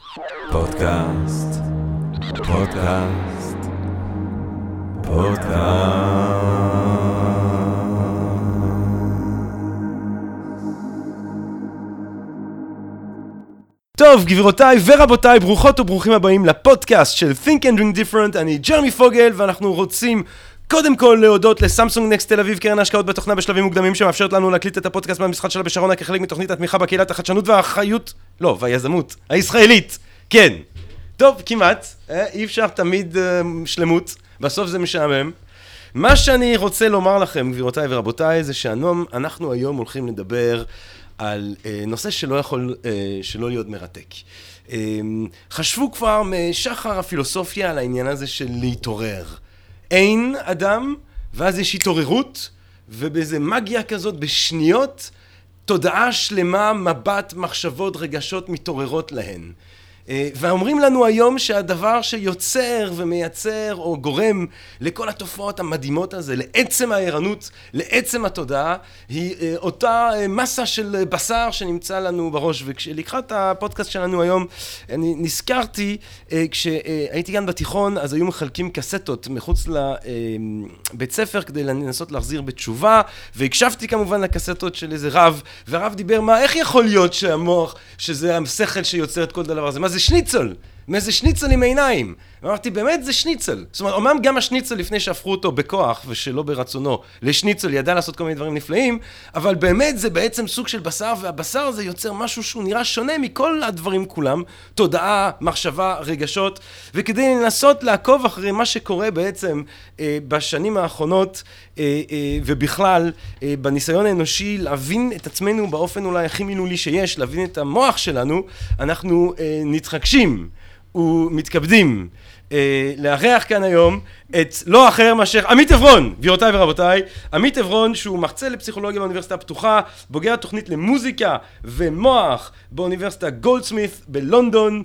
פודקאסט, פודקאסט, פודקאסט. טוב, גבירותיי ורבותיי, ברוכות וברוכים הבאים לפודקאסט של Think and Drink Different. אני ג'רמי פוגל, ואנחנו רוצים קודם כל להודות לסמסונג נקסט תל אביב, קרן ההשקעות בתוכנה בשלבים מוקדמים, שמאפשרת לנו להקליט את הפודקאסט במשחק שלה בשרונה כחלק מתוכנית התמיכה בקהילת החדשנות והיזמות הישראלית. כן. טוב, כמעט. אי אפשר תמיד שלמות. בסוף זה משעמם. מה שאני רוצה לומר לכם, גבירותיי ורבותיי, זה שאנחנו היום הולכים לדבר על נושא שלא יכול שלא להיות מרתק. חשבו כבר משחר הפילוסופיה על העניין הזה של להתעורר. אין אדם, ואז יש התעוררות, ובאיזה מגיה כזאת, בשניות, תודעה שלמה, מבט, מחשבות, רגשות מתעוררות להן. ואומרים לנו היום שהדבר שיוצר ומייצר או גורם לכל התופעות המדהימות הזה, לעצם הערנות, לעצם התודעה, היא אותה מסה של בשר שנמצא לנו בראש. וכשלקחת הפודקאסט שלנו היום, אני נזכרתי, כשהייתי כאן בתיכון, אז היו מחלקים קסטות מחוץ לבית ספר כדי לנסות להחזיר בתשובה, והקשבתי כמובן לקסטות של איזה רב, והרב דיבר איך יכול להיות שהמוח, שזה השכל שיוצר את כל דבר הזה? מה זה שניצל? מאיזה שניצל עם עיניים? ואמרתי, באמת זה שניצל. זאת אומרת, אומנם גם השניצל לפני שהפכו אותו בכוח ושלא ברצונו לשניצל, ידע לעשות כל מיני דברים נפלאים, אבל באמת זה בעצם סוג של בשר, והבשר הזה יוצר משהו שהוא נראה שונה מכל הדברים כולם, תודעה, מחשבה, רגשות, וכדי לנסות לעקוב אחרי מה שקורה בעצם בשנים האחרונות, ובכלל בניסיון האנושי להבין את עצמנו באופן אולי הכי מילולי שיש, להבין את המוח שלנו, אנחנו נתחגשים ומתכבדים לארח כאן היום את לא אחר מאשר עמית עברון, גבירותיי ורבותיי. עמית עברון שהוא מרצה לפסיכולוגיה באוניברסיטה הפתוחה, בוגר תוכנית למוזיקה ומוח באוניברסיטה גולדסמית בלונדון,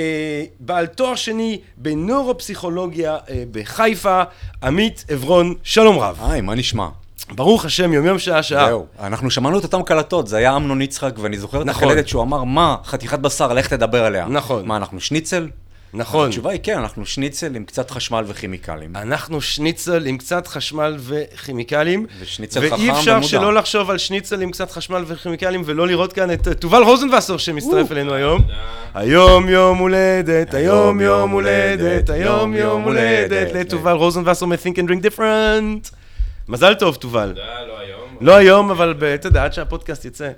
בעל תואר שני בנוירופסיכולוגיה בחיפה. עמית עברון, שלום רב. היי, מה נשמע? ברוך השם, יום שעה. זהו, אנחנו שמענו את אותם קלטות, זה היה אמנון יצחק, ואני זוכר את הקלטת שהוא אמר, מה, חתיכת בשר, לך תדבר עליה. נכון. מה, אנחנו שניצל? נכון. התשובה היא כן, אנחנו שניצל עם קצת חשמל וכימיקלים. אנחנו שניצל עם קצת חשמל וכימיקלים. ושניצל חכם ואי אפשר שלא לחשוב על שניצל עם קצת חשמל וכימיקלים, ולא לראות כאן את תובל רוזנווסר שמצטרף אלינו היום. היום יום הולדת, היום יום הולדת, היום יום הולדת, לתובל רוזנווסר מ-Think and Drink Different. מזל טוב, תובל. לא היום. לא היום, אבל אתה יודע, עד שהפודקאסט יצא.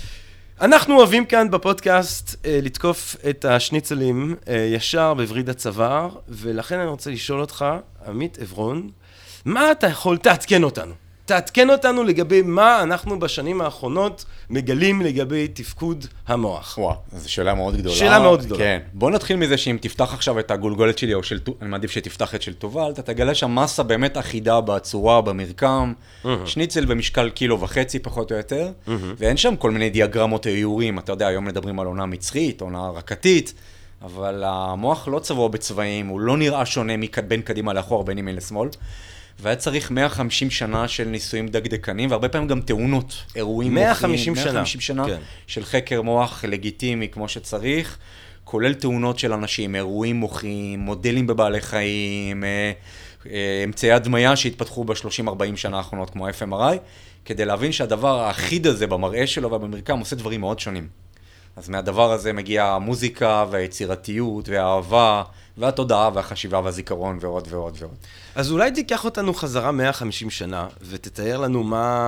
אנחנו אוהבים כאן בפודקאסט לתקוף את השניצלים ישר בווריד הצוואר, ולכן אני רוצה לשאול אותך, עמית עברון, מה אתה יכול, תעדכן אותנו לגבי מה אנחנו בשנים האחרונות מגלים לגבי תפקוד המוח. וואו, זו שאלה מאוד גדולה. שאלה מאוד גדולה. כן. בוא נתחיל מזה שאם תפתח עכשיו את הגולגולת שלי, או אני מעדיף שתפתח את של תובל, אתה תגלה שם מסה באמת אחידה בצורה, במרקם, שניצל במשקל 1.5 קילו פחות או יותר, ואין שם כל מיני דיאגרמות או איורים. אתה יודע, היום מדברים על עונה מצחית, עונה רקתית, אבל המוח לא צבוע בצבעים, הוא לא נראה שונה בין קדימה לאחור, בין ימין לשמאל. והיה צריך 150 שנה של ניסויים דקדקנים, והרבה פעמים גם תאונות, אירועים מוחיים. 150 שנה כן. של חקר מוח לגיטימי כמו שצריך, כולל תאונות של אנשים, אירועים מוחיים, מודלים בבעלי חיים, אמצעי הדמיה שהתפתחו ב-30-40 שנה האחרונות כמו ה-FMRI, כדי להבין שהדבר האחיד הזה במראה שלו ובמרקם עושה דברים מאוד שונים. אז מהדבר הזה מגיעה המוזיקה והיצירתיות והאהבה והתודעה והחשיבה והזיכרון ועוד ועוד ועוד. אז אולי תיקח אותנו חזרה 150 שנה ותתאר לנו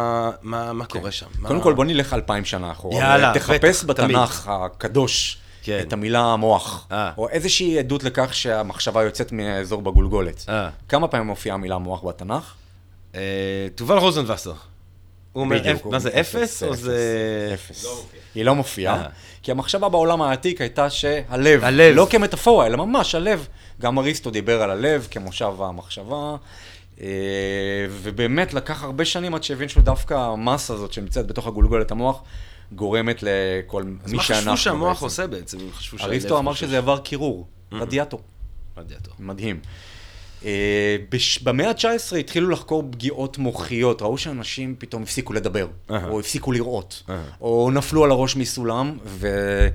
מה קורה שם. קודם כל בוא נלך 2000 שנה אחורה. יאללה, תחפש בתנ"ך הקדוש כן. את המילה מוח. או איזושהי עדות לכך שהמחשבה יוצאת מאזור בגולגולת. כמה פעמים מופיעה המילה מוח בתנ"ך? תובל רוזנווסר. הוא אומר, מה זה, אפס או זה... אפס. היא לא מופיעה, כי המחשבה בעולם העתיק הייתה שהלב, לא כמטאפורה, אלא ממש הלב. גם אריסטו דיבר על הלב כמושב המחשבה, ובאמת לקח הרבה שנים עד שהבין שהוא דווקא המסה הזאת שנמצאת בתוך הגולגולת המוח, גורמת לכל מי שאנחנו... אז מה חשבו שהמוח עושה בעצם? אריסטו אמר שזה עבר קירור, רדיאטור. רדיאטור. מדהים. במאה ה-19 התחילו לחקור פגיעות מוחיות, ראו שאנשים פתאום הפסיקו לדבר, או הפסיקו לראות, או נפלו על הראש מסולם,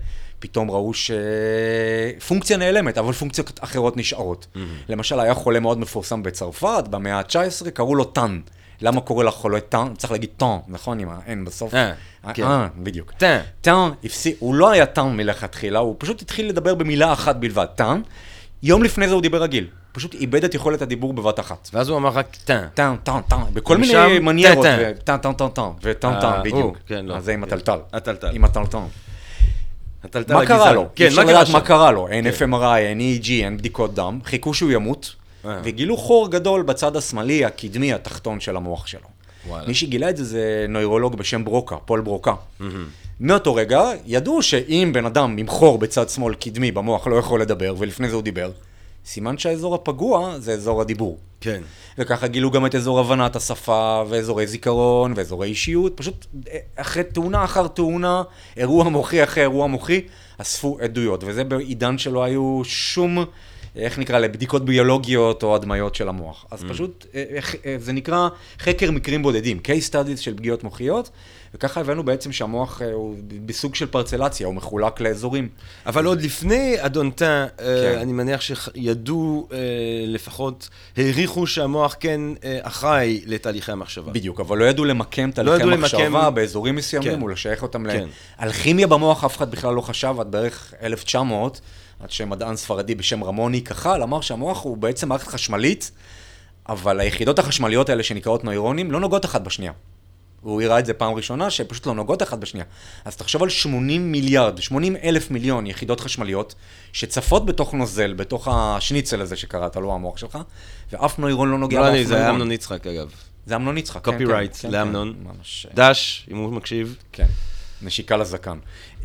פתאום ראו שפונקציה נעלמת, אבל פונקציות אחרות נשארות. למשל, היה חולה מאוד מפורסם בצרפת, במאה ה-19, קראו לו טאן. למה קורא לחולה טאן? צריך להגיד טאן, נכון? עם ה-N בסוף. בדיוק. טאן, הוא לא היה טאן מלכתחילה, הוא פשוט התחיל לדבר במילה אחת בלבד, טאן. יום לפני זה הוא דיבר רגיל. פשוט איבד את יכולת הדיבור בבת אחת. ואז הוא אמר רק טאן. טאן, טאן, טאן. בכל מיני מניירות. טאן, טאן, טאן, טאן. וטאן, טאן, בדיוק. אז זה עם הטלטל. עם הטלטל. מה קרה לו? אפשר לדעת מה קרה לו. אין FMRI, אין EEG, אין בדיקות דם. חיכו שהוא ימות, וגילו חור גדול בצד השמאלי, הקדמי, התחתון של המוח שלו. מי שגילה את זה זה נוירולוג בשם ברוקה, פול ברוקה. מאותו רגע, ידעו שאם בן אדם עם חור בצד שמאל קדמי במוח לא יכול לדבר, ולפני זה הוא דיבר, סימן שהאזור הפגוע זה אזור הדיבור. כן. וככה גילו גם את אזור הבנת השפה, ואזורי זיכרון, ואזורי אישיות, פשוט אחרי תאונה אחר תאונה, אירוע מוחי אחרי אירוע מוחי, אספו עדויות, וזה בעידן שלא היו שום, איך נקרא, לבדיקות ביולוגיות או הדמיות של המוח. אז פשוט, זה נקרא חקר מקרים בודדים, case studies של פגיעות מוחיות, וככה הבאנו בעצם שהמוח הוא בסוג של פרצלציה, הוא מחולק לאזורים. אבל עוד לפני אדון טאן, אני מניח שידעו, לפחות העריכו שהמוח כן אחראי לתהליכי המחשבה. בדיוק, אבל לא ידעו למקם תהליכי מחשבה באזורים מסוימים, ולשייך אותם על כימיה במוח, אף אחד בכלל לא חשב, עד בערך 1900, עד שמדען ספרדי בשם רמוני כחל, אמר שהמוח הוא בעצם מערכת חשמלית, אבל היחידות החשמליות האלה שנקראות נוירונים לא נוגעות אחת בשנייה. הוא הראה את זה פעם ראשונה, שפשוט לא נוגעות אחת בשנייה. אז תחשוב על 80,000 מיליון יחידות חשמליות, שצפות בתוך נוזל, בתוך השניצל הזה שקראת, לא המוח שלך, ואף נוירון לא נוגע באף נוירון. זה אמנון יצחק אגב. זה אמנון יצחק, כן. קופי רייט לאמנון. דש, אם הוא מקשיב. כן, נשיקה לזקן.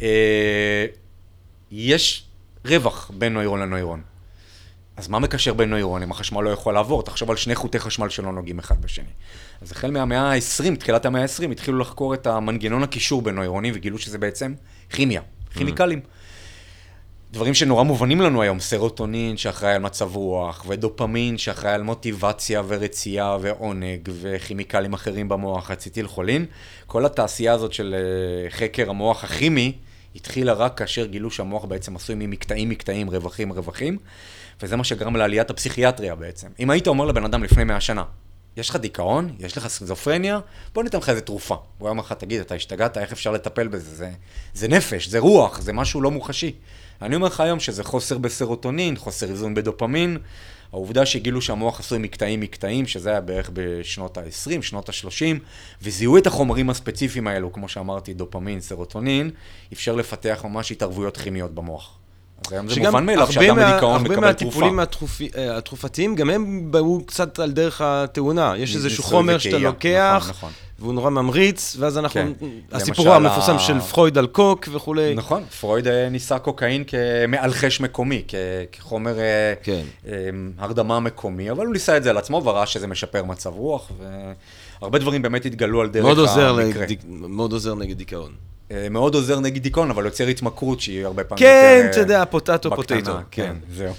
יש רווח בין נוירון לנוירון. אז מה מקשר בין נוירונים? החשמל לא יכול לעבור, תחשוב על שני חוטי חשמל שלא נוגעים אחד בשני. אז החל מהמאה ה-20, תחילת המאה ה-20, התחילו לחקור את המנגנון הקישור בין נוירונים, וגילו שזה בעצם כימיה, כימיקלים. דברים שנורא מובנים לנו היום, סרוטונין שאחראי על מצב רוח, ודופמין שאחראי על מוטיבציה ורצייה ועונג, וכימיקלים אחרים במוח, אצטיל חולין. כל התעשייה הזאת של חקר המוח הכימי, התחילה רק כאשר גילו שהמוח בעצם עשוי ממקטעים, רווחים, וזה מה שגרם לעליית הפסיכיאטריה בעצם. אם היית אומר לבן אדם לפני 100 שנה, יש לך דיכאון, יש לך סכיזופרניה, בוא ניתן לך איזה תרופה. הוא היה אומר לך, תגיד, אתה השתגעת, איך אפשר לטפל בזה? זה נפש, זה רוח, זה משהו לא מוחשי. אני אומר לך היום שזה חוסר בסרוטונין, חוסר איזון בדופמין, העובדה שגילו שהמוח עשוי מקטעים, שזה היה בערך בשנות ה-20, שנות ה-30, וזיהו את החומרים הספציפיים האלו, כמו שאמרתי, דופמין, סרוטונין, אפשר לפתח ממש התערבויות כימיות במוח. אז היום זה מובן מאליו שאדם בדיכאון מקבל תרופה. הרבה מהטיפולים התרופתיים, גם הם באו קצת על דרך התאונה. יש איזשהו חומר שאתה לוקח, והוא נורא ממריץ, ואז אנחנו, הסיפור המפורסם של פרויד על קוק וכולי. נכון, פרויד ניסה קוקאין כמאלחש מקומי, כחומר הרדמה מקומי, אבל הוא ניסה את זה על עצמו וראה שזה משפר מצב רוח, והרבה דברים באמת התגלו על דרך המקרה. מאוד עוזר נגד דיכאון. מאוד עוזר נגד דיכאון, אבל יוצר התמכרות שהיא הרבה פעמים כן, אתה יודע, פוטטו. כן, זהו.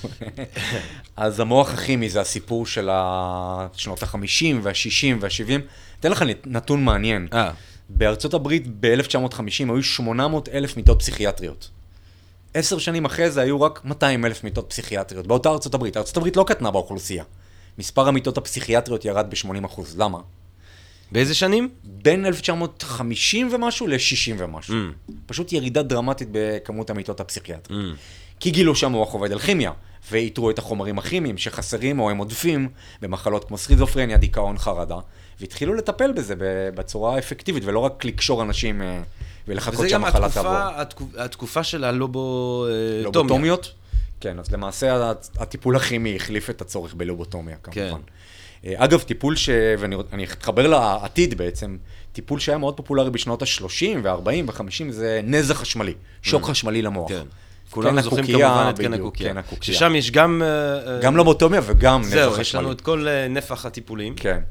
אז המוח הכימי זה הסיפור של שנות ה-50 וה-60 וה-70. אתן לך נתון מעניין. בארצות הברית ב-1950 היו 800,000 מיטות פסיכיאטריות. 10 שנים אחרי זה היו רק 200,000 מיטות פסיכיאטריות. באותה ארצות הברית. ארצות הברית לא קטנה באוכלוסייה. מספר המיטות הפסיכיאטריות ירד ב-80%. למה? באיזה שנים? בין 1950 ומשהו ל-60 ומשהו. פשוט ירידה דרמטית בכמות המיטות הפסיכיאטריות. כי גילו שהמוח עובד על כימיה, ואיתרו את החומרים הכימיים שחסרים או הם עודפים במחלות כמו סכיזופרניה, דיכאון, חרדה, והתחילו לטפל בזה בצורה אפקטיבית, ולא רק לקשור אנשים ולחכות שהמחלה תעבור. וזה גם התקופה של הלובוטומיות. לובוטומיות? כן, אז למעשה הטיפול הכימי החליף את הצורך בלובוטומיה, כמובן. אגב, טיפול ואני אתחבר לעתיד בעצם, טיפול שהיה מאוד פופולרי בשנות ה-30 וה-40 ו-50, זה נזע חשמלי, שוק חשמלי למוח. כן. כולנו זוכרים כמובן את קן הקוקייה. ששם יש גם... גם לובוטומיה וגם נזע חשמלי. זהו, יש לנו את כל נפח הטיפולים. כן.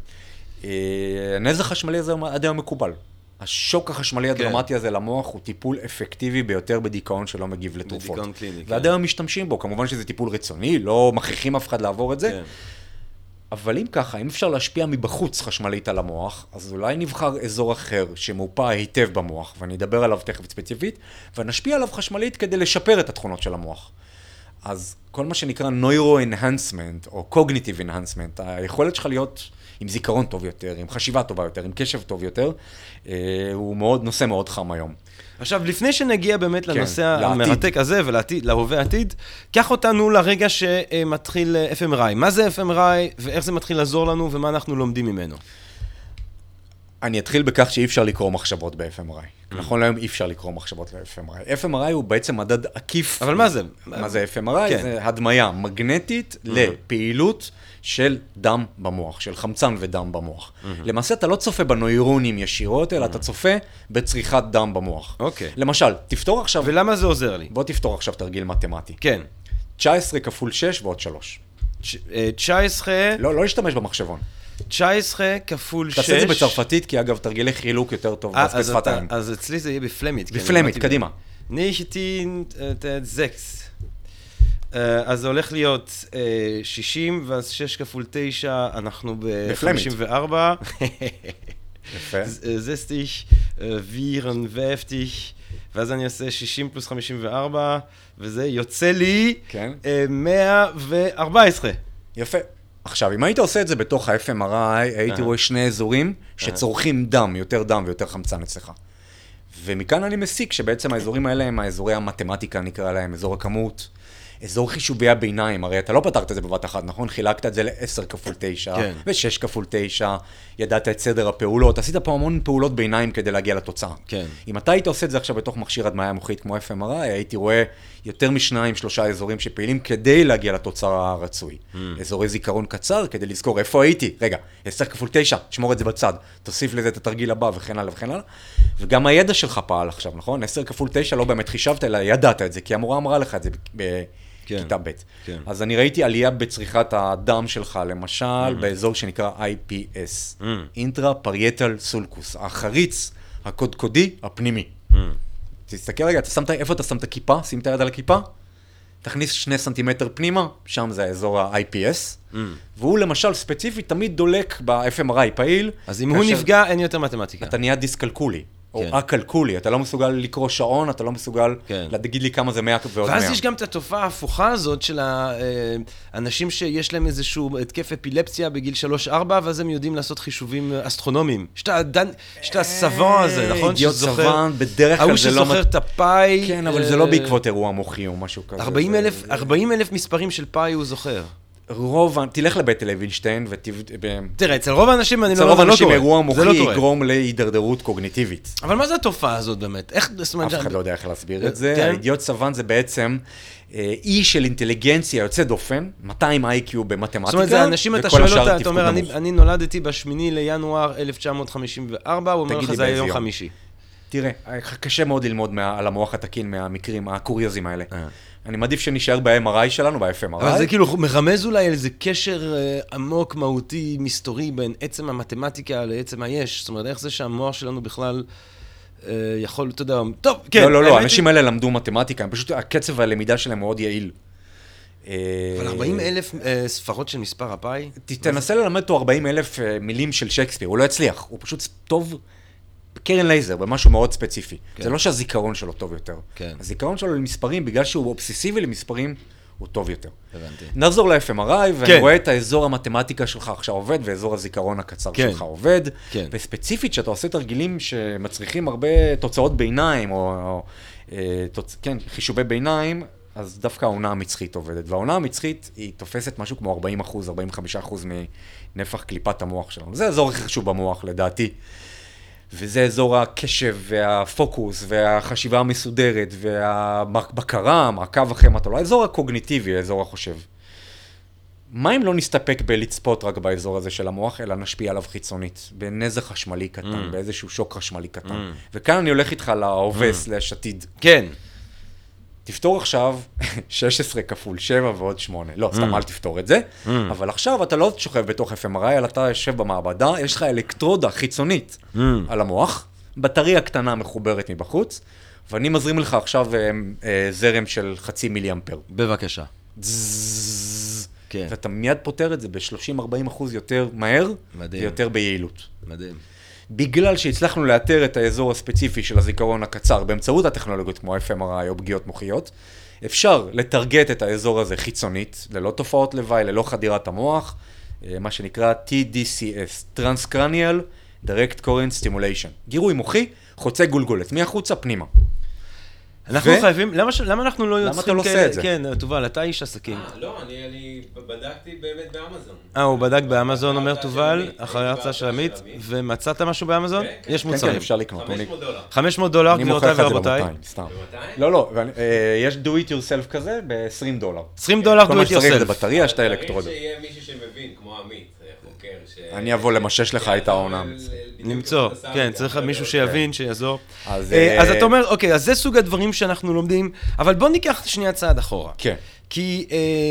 נזע חשמלי הזה עד היום מקובל. השוק החשמלי הדרמטי הזה למוח הוא טיפול אפקטיבי ביותר בדיכאון שלא מגיב לתרופות. בדיכאון קליני. ועד היום משתמשים בו, כמובן שזה טיפול רצוני, לא מכריחים אף אחד לעבור את זה. אבל אם ככה, אם אפשר להשפיע מבחוץ חשמלית על המוח, אז אולי נבחר אזור אחר שמופע היטב במוח, ואני אדבר עליו תכף ספציפית, ונשפיע עליו חשמלית כדי לשפר את התכונות של המוח. אז כל מה שנקרא Neuro-Enhancement או Cognitive Enhancement, היכולת שלך להיות עם זיכרון טוב יותר, עם חשיבה טובה יותר, עם קשב טוב יותר, הוא נושא מאוד חם היום. עכשיו, לפני שנגיע באמת לנושא המרתק הזה ולהווה עתיד, קח אותנו לרגע שמתחיל FMRI. מה זה FMRI ואיך זה מתחיל לעזור לנו ומה אנחנו לומדים ממנו? אני אתחיל בכך שאי אפשר לקרוא מחשבות ב-FMRI. נכון להיום אי אפשר לקרוא מחשבות ל-FMRI. FMRI הוא בעצם מדד עקיף. אבל מה זה? מה זה FMRI? זה הדמיה מגנטית לפעילות של דם במוח, של חמצן ודם במוח. למעשה אתה לא צופה בנוירונים ישירות, אלא אתה צופה בצריכת דם במוח. אוקיי. למשל, תפתור עכשיו... ולמה זה עוזר לי? בוא תפתור עכשיו תרגיל מתמטי. כן. 19 כפול 6 ועוד 3. 19... לא להשתמש במחשבון. 19 כפול 6... תעשה את זה בצרפתית, כי אגב, תרגילי חילוק יותר טוב בשפת העם. אז אצלי זה יהיה בפלמית. בפלמית, קדימה. 19, אז זה הולך להיות 60, ואז 6 כפול 9, אנחנו ב-54. יפה. זה סטיך, וירן ואפתיך, ואז אני עושה 60 פלוס 54, וזה יוצא לי 114. יפה. עכשיו, אם היית עושה את זה בתוך ה-FMRI, הייתי רואה שני אזורים שצורכים דם, יותר דם ויותר חמצן אצלך. ומכאן אני מסיק שבעצם האזורים האלה הם האזורי המתמטיקה, נקרא להם, אזור הכמות, אזור חישובי הביניים, הרי אתה לא פתרת את זה בבת אחת, נכון? חילקת את זה ל-10 כפול 9, ו-6 כפול 9, ידעת את סדר הפעולות, עשית פה המון פעולות ביניים כדי להגיע לתוצאה. כן. אם אתה היית עושה את זה עכשיו בתוך מכשיר הדמיה מוחית כמו FMRI, הייתי רואה יותר מ2-3 אזורים שפעילים כדי להגיע לתוצר הרצוי. אזורי זיכרון קצר כדי לזכור איפה הייתי. רגע, 10 כפול 9, תשמור את זה בצד, תוסיף לזה את התרגיל הבא וכן הלאה וכן הלאה. וגם הידע שלך פעל עכשיו, נכון? 10 כפול 9 לא באמת חישבת, אלא ידעת את זה, כי המורה אמרה לך את זה בכיתה ב'. אז אני ראיתי עלייה בצריכת הדם שלך, למשל, באזור שנקרא IPS, Intra-Parietal Sulcus, החריץ, הקודקודי, הפנימי. תסתכל רגע, איפה אתה שם את הכיפה? שים את היד על הכיפה, תכניס 2 סנטימטר פנימה, שם זה האזור ה-IPS, והוא למשל ספציפית תמיד דולק ב-FMRI פעיל. אז אם הוא נפגע, אין יותר מתמטיקה. אתה נהיה דיסקלקולי, או אקלקולי, אתה לא מסוגל לקרוא שעון, אתה לא מסוגל להגיד לי כמה זה 100 ועוד 100. ואז יש גם את התופעה ההפוכה הזאת של האנשים שיש להם איזשהו התקף אפילפסיה בגיל 3-4, ואז הם יודעים לעשות חישובים אסטרונומיים. יש את הסוון הזה, נכון? אידיוט סוון, בדרך כלל זה לא... ההוא שזוכר את הפאי. כן, אבל זה לא בעקבות אירוע מוחי או משהו כזה. 40,000 מספרים של פאי הוא זוכר. תלך לבית לוינשטיין תראה, אצל רוב האנשים אני לא קורה. אצל רוב האנשים אירוע מוחי יגרום להידרדרות קוגניטיבית. אבל מה זה התופעה הזאת באמת? אף אחד לא יודע איך להסביר את זה. האידיוט סוון זה בעצם אי של אינטליגנציה יוצא דופן, 200 IQ במתמטיקה, זאת אומרת, זה אנשים, אתה שואל אותה, אתה אומר, אני נולדתי ב8 לינואר 1954, הוא אומר לך, זה היה יום חמישי. תראה, קשה מאוד ללמוד על המוח התקין מהמקרים הקוריוזים האלה. אני מעדיף שנשאר ב-MRI שלנו, ב-FMRI. אבל זה כאילו מרמז אולי על איזה קשר עמוק, מהותי, מסתורי, בין עצם המתמטיקה לעצם היש. זאת אומרת, איך זה שהמוח שלנו בכלל יכול, אתה יודע, טוב, כן. לא, האנשים האלה למדו מתמטיקה, פשוט הקצב הלמידה שלהם מאוד יעיל. אבל 40,000 ספרות של מספר הפאי? תנסה ללמד אותו 40,000 מילים של שייקספיר, הוא לא יצליח, הוא פשוט טוב קרן לייזר, במשהו מאוד ספציפי. זה לא שהזיכרון שלו טוב יותר. הזיכרון שלו למספרים, בגלל שהוא אובססיבי למספרים, הוא טוב יותר. הבנתי. נחזור ל-FMRI, ואני רואה את האזור המתמטיקה שלך עכשיו עובד, ואזור הזיכרון הקצר שלך עובד, וספציפית שאתה עושה תרגילים שמצריכים הרבה תוצאות ביניים, או חישובי ביניים, אז דווקא העונה המצחית עובדת. והעונה המצחית היא תופסת משהו כמו 40%, 45% מנפח קליפת המוח שלנו. זה האזור הכי חשוב במוח, לדעתי. וזה אזור הקשב והפוקוס והחשיבה המסודרת והבקרה, מעקב אחרי מטרה, האזור הקוגניטיבי, האזור החושב. מה אם לא נסתפק בלצפות רק באזור הזה של המוח, אלא נשפיע עליו חיצונית, בנזק חשמלי קטן, באיזשהו שוק חשמלי קטן. וכאן אני הולך איתך להובס, לשתיד. כן. תפתור עכשיו 16 כפול 7 ועוד 8. לא, סתם אל תפתור את זה. אבל עכשיו אתה לא שוכב בתוך FMRI, אלא אתה יושב במעבדה, יש לך אלקטרודה חיצונית על המוח, בטריה קטנה מחוברת מבחוץ, ואני מזרים לך עכשיו זרם של 0.5 מילי אמפר. בבקשה. כן. ואתה מיד פותר את זה ב-30-40% יותר מהר, מדהים. ויותר ביעילות. מדהים. בגלל שהצלחנו לאתר את האזור הספציפי של הזיכרון הקצר באמצעות הטכנולוגיות כמו FMRI או פגיעות מוחיות, אפשר לטרגט את האזור הזה חיצונית, ללא תופעות לוואי, ללא חדירת המוח, מה שנקרא TDCS, Transcranial Direct Current Stimulation. גירוי מוחי, חוצה גולגולת, מהחוצה פנימה. אנחנו חייבים, למה אנחנו לא יוצאים אתה לא עושה את זה? כן, תובל, אתה איש עסקים. לא, אני בדקתי באמת באמזון. הוא בדק באמזון, אומר תובל, אחרי ההרצאה של עמית, ומצאת משהו באמזון? כן, יש כן, מוצרים. אפשר לקנות. $500. $500, אני מוכר גבירותיי לך את זה ורבותיי. ב-200, סתם. ב-200? לא, יש do it yourself כזה ב-$20. $20 כל מה do it שצריך זה yourself. בטריה, יש את האלקטרוד. צריך שיהיה מישהו שמבין, כמו עמית, חוקר. אני אבוא למשש לך את העונה. למצוא, כן, צריך מישהו שיבין, שיעזור. אז אז אתה אומר, אוקיי, אז זה סוג הדברים שאנחנו לומדים, אבל בוא ניקח שנייה צעד אחורה. כן. כי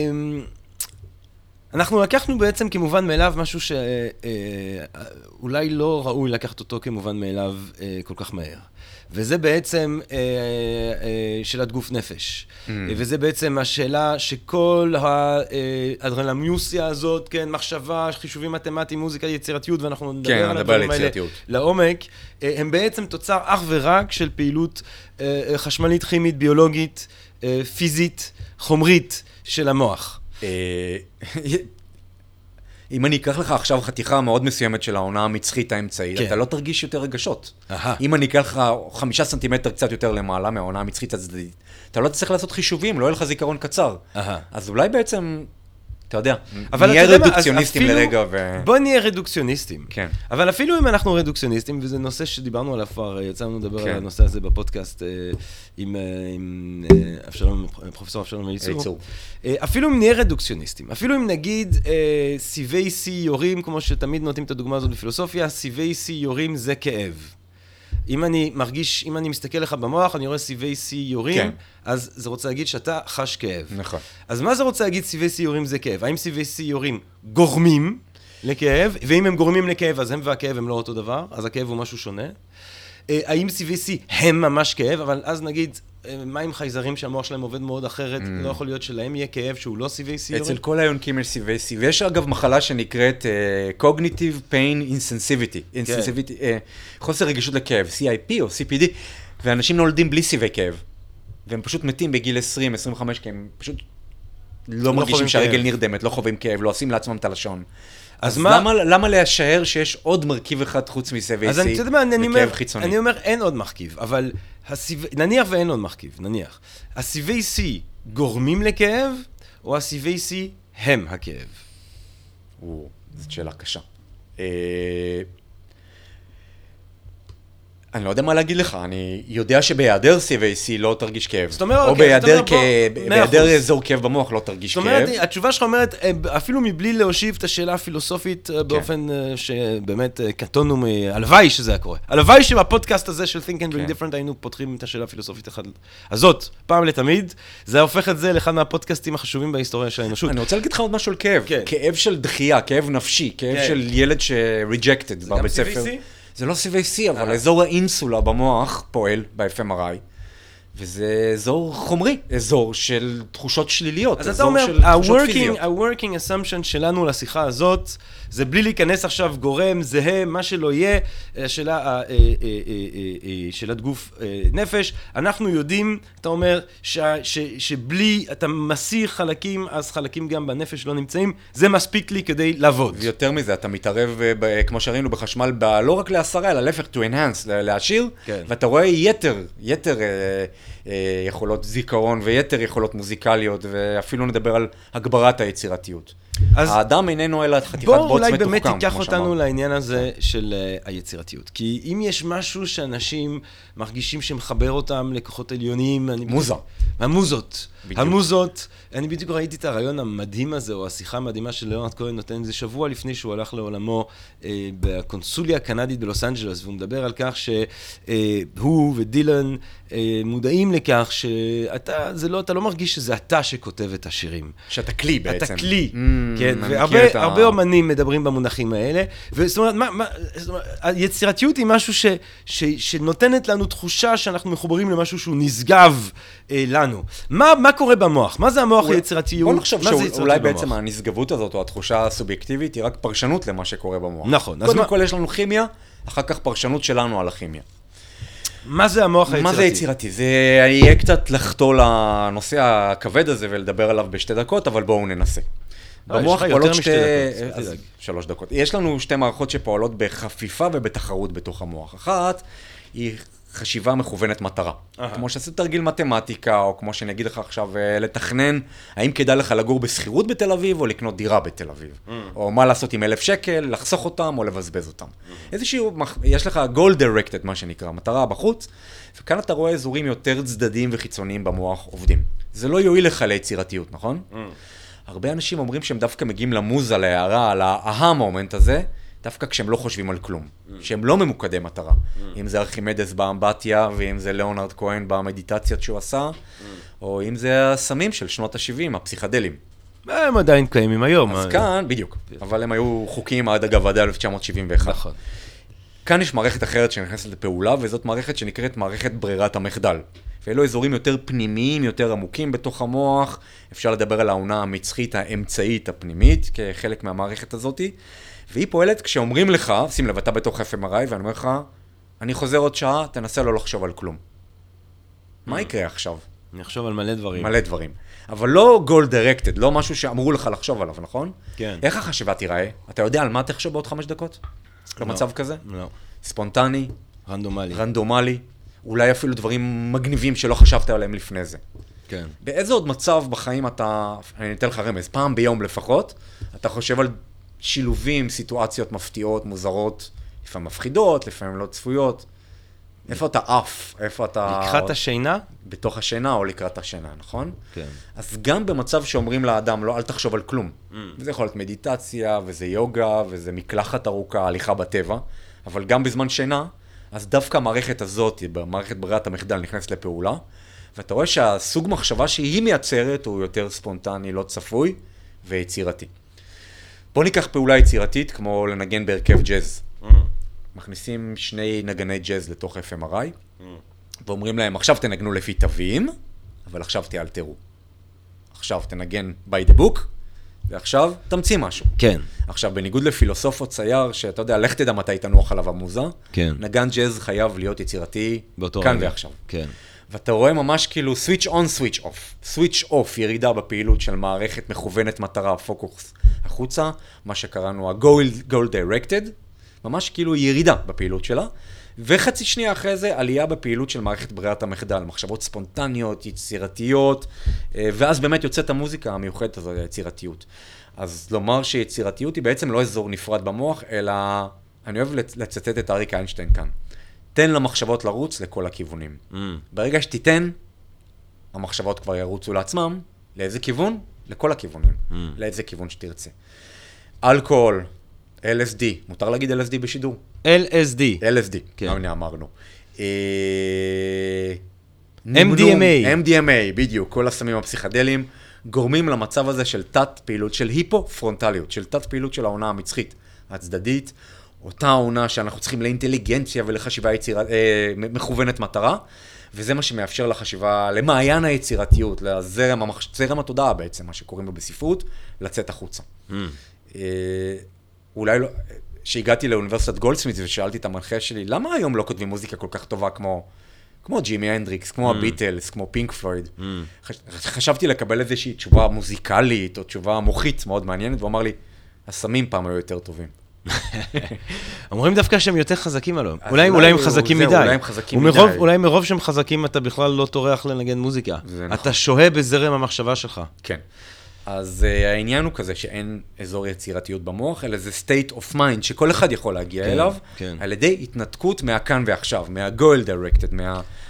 אנחנו לקחנו בעצם כמובן מאליו משהו שאולי לא ראוי לקחת אותו כמובן מאליו כל כך מהר. וזה בעצם שאלת גוף נפש. וזה בעצם השאלה שכל האדרנמיוסיה הזאת, כן, מחשבה, חישובים מתמטיים, מוזיקה, יצירתיות, ואנחנו נדבר על הדברים האלה לעומק, הם בעצם תוצר אך ורק של פעילות חשמלית, כימית, ביולוגית, פיזית, חומרית של המוח. אם אני אקח לך עכשיו חתיכה מאוד מסוימת של העונה המצחית האמצעית, אתה לא תרגיש יותר רגשות. אם אני אקח לך 5 סנטימטר קצת יותר למעלה מהעונה המצחית הצדדית, אתה לא תצטרך לעשות חישובים, לא יהיה לך זיכרון קצר. אז אולי בעצם, אתה יודע, נהיה רדוקציוניסטים לרגע ו... בוא נהיה רדוקציוניסטים. כן. אבל אפילו אם אנחנו רדוקציוניסטים, וזה נושא שדיברנו עליו כבר, יצאנו לדבר על הנושא הזה בפודקאסט עם פרופסור אבשלום אליצור. אפילו אם נהיה רדוקציוניסטים, אפילו אם נגיד סיבי C יורים, כמו שתמיד נותנים את הדוגמה הזאת בפילוסופיה, סיבי C יורים זה כאב. אם אני מרגיש, אם אני מסתכל לך במוח, אני רואה סיבי C יורים, אז זה רוצה להגיד שאתה חש כאב. נכון. אז מה זה רוצה להגיד סיבי C יורים זה כאב? האם סיבי C יורים גורמים לכאב? ואם הם גורמים לכאב, אז הם והכאב הם לא אותו דבר, אז הכאב הוא משהו שונה. האם סיבי C הם ממש כאב? אבל אז נגיד, מים חייזרים שהמוח שלהם עובד מאוד אחרת, לא יכול להיות שלהם יהיה כאב שהוא לא סיבי C יורים? אצל כל היונקים יש סיבי C, ויש אגב מחלה שנקראת Cognitive Pain Insensitivity, חוסר רגישות לכאב, CIP או CPD, ואנשים נולדים בלי סיבי כאב, והם פשוט מתים בגיל 20-25, כי הם פשוט לא מרגישים שהרגל נרדמת, לא חווים כאב, לא עושים לעצמם את הלשון. אז למה להשאר שיש עוד מרכיב אחד חוץ מסיבי C וכאב חיצוני? אני אומר, אין עוד מרכיב, אבל נניח ואין עוד מרכיב, נניח. הסיבי C גורמים לכאב, או הסיבי C הם הכאב? זאת שאלה קשה. אני לא יודע מה להגיד לך, אני יודע שבהיעדר CVC לא תרגיש כאב. זאת אומרת, או בהיעדר אזור כאב במוח לא תרגיש כאב. זאת אומרת, התשובה שלך אומרת, אפילו מבלי להושיב את השאלה הפילוסופית באופן שבאמת קטונו הלוואי שזה היה קורה. הלוואי שבפודקאסט הזה של Think and Drink Different היינו פותחים את השאלה הפילוסופית הזאת, פעם לתמיד, זה הופך את זה לאחד מהפודקאסטים החשובים בהיסטוריה של האנושות. אני רוצה להגיד לך עוד משהו על כאב. כאב של דחייה, כאב נפשי, כאב של ילד ש-rejected בבית ספר. זה לא CVC, אבל אזור האינסולה במוח פועל ב-FMRI, וזה אזור חומרי, אזור של תחושות שליליות, אז אתה אומר, ה-working assumption שלנו לשיחה הזאת, זה בלי להיכנס עכשיו גורם, זהה, מה שלא יהיה, שאלת גוף נפש, אנחנו יודעים, אתה אומר, שבלי, אתה מסיר חלקים, אז חלקים גם בנפש לא נמצאים, זה מספיק לי כדי לעבוד. ויותר מזה, אתה מתערב, כמו שראינו בחשמל, לא רק לעשרה, אלא להפך, to enhance, להשאיר, ואתה רואה יתר יכולות זיכרון ויתר יכולות מוזיקליות, ואפילו נדבר על הגברת היצירתיות. האדם איננו אלא חתיכת בוץ מתוחכם. בוא אולי באמת תיקח אותנו לעניין הזה של היצירתיות. כי אם יש משהו שאנשים מרגישים שמחבר אותם לכוחות עליונים... מוזה. המוזות. אני בדיוק ראיתי את הרעיון המדהים הזה, או השיחה המדהימה של ליאונרד כהן נותן, זה שבוע לפני שהוא הלך לעולמו בקונסוליה הקנדית בלוס אנג'לס, והוא מדבר על כך שהוא ודילן מודעים לכך שאתה, אתה לא מרגיש שזה אתה שכותב את השירים. שאתה כלי בעצם. אתה כלי, כן, והרבה אומנים מדברים במונחים האלה, וזאת אומרת, היצירתיות היא משהו שנותנת לנו תחושה שאנחנו מחוברים למשהו שהוא נשגב לנו. מה קורה במוח? מה זה המוח היצירתיות? בוא נחשוב שאולי בעצם הנשגבות הזאת, או התחושה הסובייקטיבית, היא רק פרשנות למה שקורה במוח. נכון. קודם כל יש לנו כימיה, אחר כך פרשנות שלנו על הכימיה. מה זה המוח היצירתי? מה זה יצירתי? זה יהיה קצת לחתור לנושא הכבד הזה ולדבר עליו בשתי דקות, אבל בואו ננסה. במוח פועלות 3 דקות. יש לנו 2 מערכות שפועלות בחפיפה ובתחרות בתוך המוח. אחת היא חשיבה מכוונת מטרה. כמו שעשית תרגיל מתמטיקה, או כמו שאני אגיד לך עכשיו, לתכנן, האם כדאי לך לגור בסחירות בתל אביב, או לקנות דירה בתל אביב. או מה לעשות עם 1,000 שקל, לחסוך אותם, או לבזבז אותם. איזשהו, יש לך goal directed, מה שנקרא, מטרה בחוץ, וכאן אתה רואה אזורים יותר צדדיים וחיצוניים במוח עובדים. זה לא יועיל לך ליצירתיות, נכון? הרבה אנשים אומרים שהם דווקא מגיעים למוזה, להערה, על ההמומנט הזה, דווקא כשהם לא חושבים על כלום, שהם לא ממוקדי מטרה. אם זה ארכימדס באמבטיה, ואם זה ליאונרד כהן במדיטציות שהוא עשה, או אם זה הסמים של שנות ה-70, הפסיכדלים. הם עדיין קיימים היום. אז כאן, בדיוק, אבל הם היו חוקיים עד אגב עד 1971. נכון. כאן יש מערכת אחרת שנכנסת לפעולה, וזאת מערכת שנקראת מערכת ברירת המחדל. ואלו אזורים יותר פנימיים, יותר עמוקים בתוך המוח. אפשר לדבר על העונה המצחית, האמצעית, הפנימית, כחלק מהמערכת הזאת. והיא פועלת כשאומרים לך, שים לב, אתה בתוך FMRI, ואני אומר לך, אני חוזר עוד שעה, תנסה לא לחשוב על כלום. מה יקרה עכשיו? אני אחשוב על מלא דברים. מלא דברים. אבל לא goal directed, לא משהו שאמרו לך לחשוב עליו, נכון? כן. איך החשיבה תיראה? אתה יודע על מה תחשוב בעוד 5 דקות? במצב כזה? לא. ספונטני? רנדומלי. רנדומלי? אולי אפילו דברים מגניבים שלא חשבת עליהם לפני זה. כן. באיזה עוד מצב בחיים אתה, אני אתן לך רמז, פעם ביום לפחות, אתה חושב על שילובים, סיטואציות מפתיעות, מוזרות, לפעמים מפחידות, לפעמים לא צפויות. איפה אתה עף? איפה אתה... לקראת השינה? בתוך השינה או לקראת השינה, נכון? כן. אז גם במצב שאומרים לאדם, לא, אל תחשוב על כלום. וזה יכול להיות מדיטציה, וזה יוגה, וזה מקלחת ארוכה, הליכה בטבע, אבל גם בזמן שינה, אז דווקא המערכת הזאת, במערכת ברירת המחדל, נכנסת לפעולה, ואתה רואה שהסוג מחשבה שהיא מייצרת הוא יותר ספונטני, לא צפוי ויצירתי. בוא ניקח פעולה יצירתית כמו לנגן בהרכב ג'אז. מכניסים 2 נגני ג'אז לתוך FMRI, ואומרים להם, עכשיו תנגנו לפי תווים, אבל עכשיו תאלתרו. עכשיו תנגן by the book, ועכשיו תמציא משהו. כן. עכשיו, בניגוד לפילוסוף או צייר, שאתה יודע, לך תדע מתי תנוח עליו המוזה, כן. נגן ג'אז חייב להיות יצירתי כאן ועכשיו. כן. ואתה רואה ממש כאילו switch on, switch off. switch off, ירידה בפעילות של מערכת מכוונת מטרה, פוקוס החוצה, מה שקראנו ה-goal directed, ממש כאילו ירידה בפעילות שלה, וחצי שנייה אחרי זה עלייה בפעילות של מערכת ברירת המחדל, מחשבות ספונטניות, יצירתיות, ואז באמת יוצאת המוזיקה המיוחדת הזו, היצירתיות. אז לומר שיצירתיות היא בעצם לא אזור נפרד במוח, אלא אני אוהב לצטט את אריק איינשטיין כאן. תן למחשבות לרוץ לכל הכיוונים. ברגע שתיתן, המחשבות כבר ירוצו לעצמם, לאיזה כיוון? לכל הכיוונים. לאיזה כיוון שתרצה. אלכוהול, LSD, מותר להגיד LSD בשידור? LSD. LSD, כן. הנה אמרנו. MDMA. בדיוק, כל הסמים הפסיכדליים גורמים למצב הזה של תת פעילות, של היפו-פרונטליות, של תת פעילות של העונה המצחית הצדדית, אותה העונה שאנחנו צריכים לאינטליגנציה ולחשיבה מכוונת מטרה, וזה מה שמאפשר לחשיבה, למעיין היצירתיות, לזרם התודעה בעצם, מה שקוראים לו בספרות, לצאת החוצה. אולי לא, שהגעתי לאוניברסיטת גולדסמית ושאלתי את המנחה שלי, למה היום לא כותבים מוזיקה כל כך טובה כמו ג'ימי הנדריקס, כמו הביטלס, כמו פינק פלויד? חשבתי לקבל איזושהי תשובה מוזיקלית או תשובה מוחית מאוד מעניינת, והוא אמר לי, הסמים פעם היו יותר טובים. אומרים דווקא שהם יותר חזקים עליהם. אולי הם חזקים מדי. אולי מרוב שהם חזקים אתה בכלל לא טורח לנגן מוזיקה. אתה שוהה בזרם המחשבה שלך. כן. אז העניין הוא כזה שאין אזור יצירתיות במוח, אלא זה state of mind שכל אחד יכול להגיע אליו, על ידי התנתקות מהכאן ועכשיו, מה-goal directed,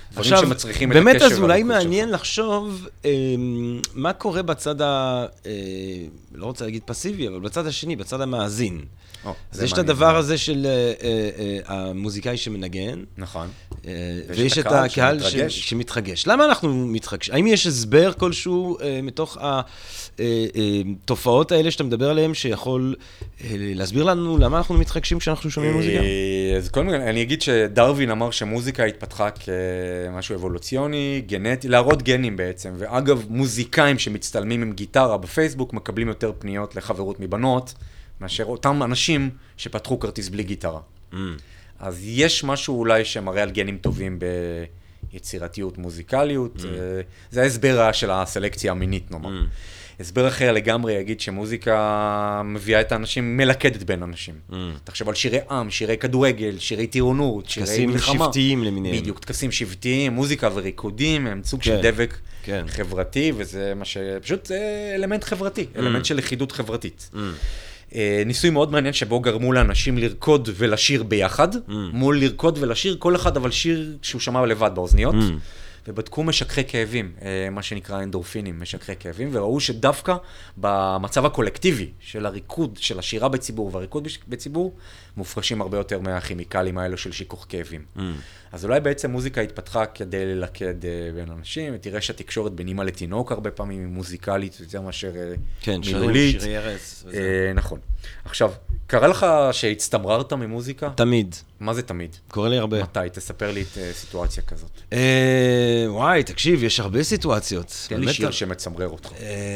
דברים שמצריכים את הקשב. באמת אז אולי והריכוז שלך. מעניין לחשוב מה קורה בצד לא רוצה להגיד פסיבי, אבל בצד השני, בצד המאזין. אז יש את הדבר הזה של המוזיקאי שמנגן. נכון. ויש את הקהל שמתרגש. למה אנחנו מתרגשים? האם יש הסבר כלשהו מתוך התופעות האלה שאתה מדבר עליהן, שיכול להסביר לנו למה אנחנו מתרגשים כשאנחנו שומעים מוזיקה? אז קודם כל, אני אגיד שדרווין אמר שמוזיקה התפתחה כמשהו אבולוציוני, גנטי, להראות גנים בעצם. ואגב, מוזיקאים שמצטלמים עם גיטרה בפייסבוק מקבלים יותר פניות לחברות מבנות, מאשר אותם אנשים שפתחו כרטיס בלי גיטרה. אז יש משהו אולי שמראה על גנים טובים ביצירתיות, מוזיקליות. זה ההסבר של הסלקציה המינית, נאמר. הסבר אחר לגמרי יגיד שמוזיקה מביאה את האנשים, מלכדת בין אנשים. תחשב על שירי עם, שירי כדורגל, שירי טירונות, שירי מלחמה. טקסים שבטיים למיניהם. בדיוק, טקסים שבטיים, מוזיקה וריקודים, הם סוג של דבק חברתי, וזה מה פשוט זה אלמנט חברתי, אלמנט של לכידות חברתית. ניסוי מאוד מעניין שבו גרמו לאנשים לרקוד ולשיר ביחד, מול לרקוד ולשיר, כל אחד אבל שיר שהוא שמע לבד באוזניות, ובדקו משככי כאבים, מה שנקרא אנדורפינים, משככי כאבים, וראו שדווקא במצב הקולקטיבי של הריקוד, של השירה בציבור והריקוד בציבור, מופרשים הרבה יותר מהכימיקלים האלו של שיכוך כאבים. אז אולי בעצם מוזיקה התפתחה כדי ללכד בין אנשים, ותראה שהתקשורת בין אמא לתינוק הרבה פעמים היא מוזיקלית, יותר מאשר מילולית. שירי ארץ. נכון. עכשיו, קרה לך שהצטמררת ממוזיקה? תמיד. מה זה תמיד? קורה לי הרבה. מתי? תספר לי את סיטואציה כזאת. וואי, תקשיב, יש הרבה סיטואציות. תן לי שיר שמצמרר אותך.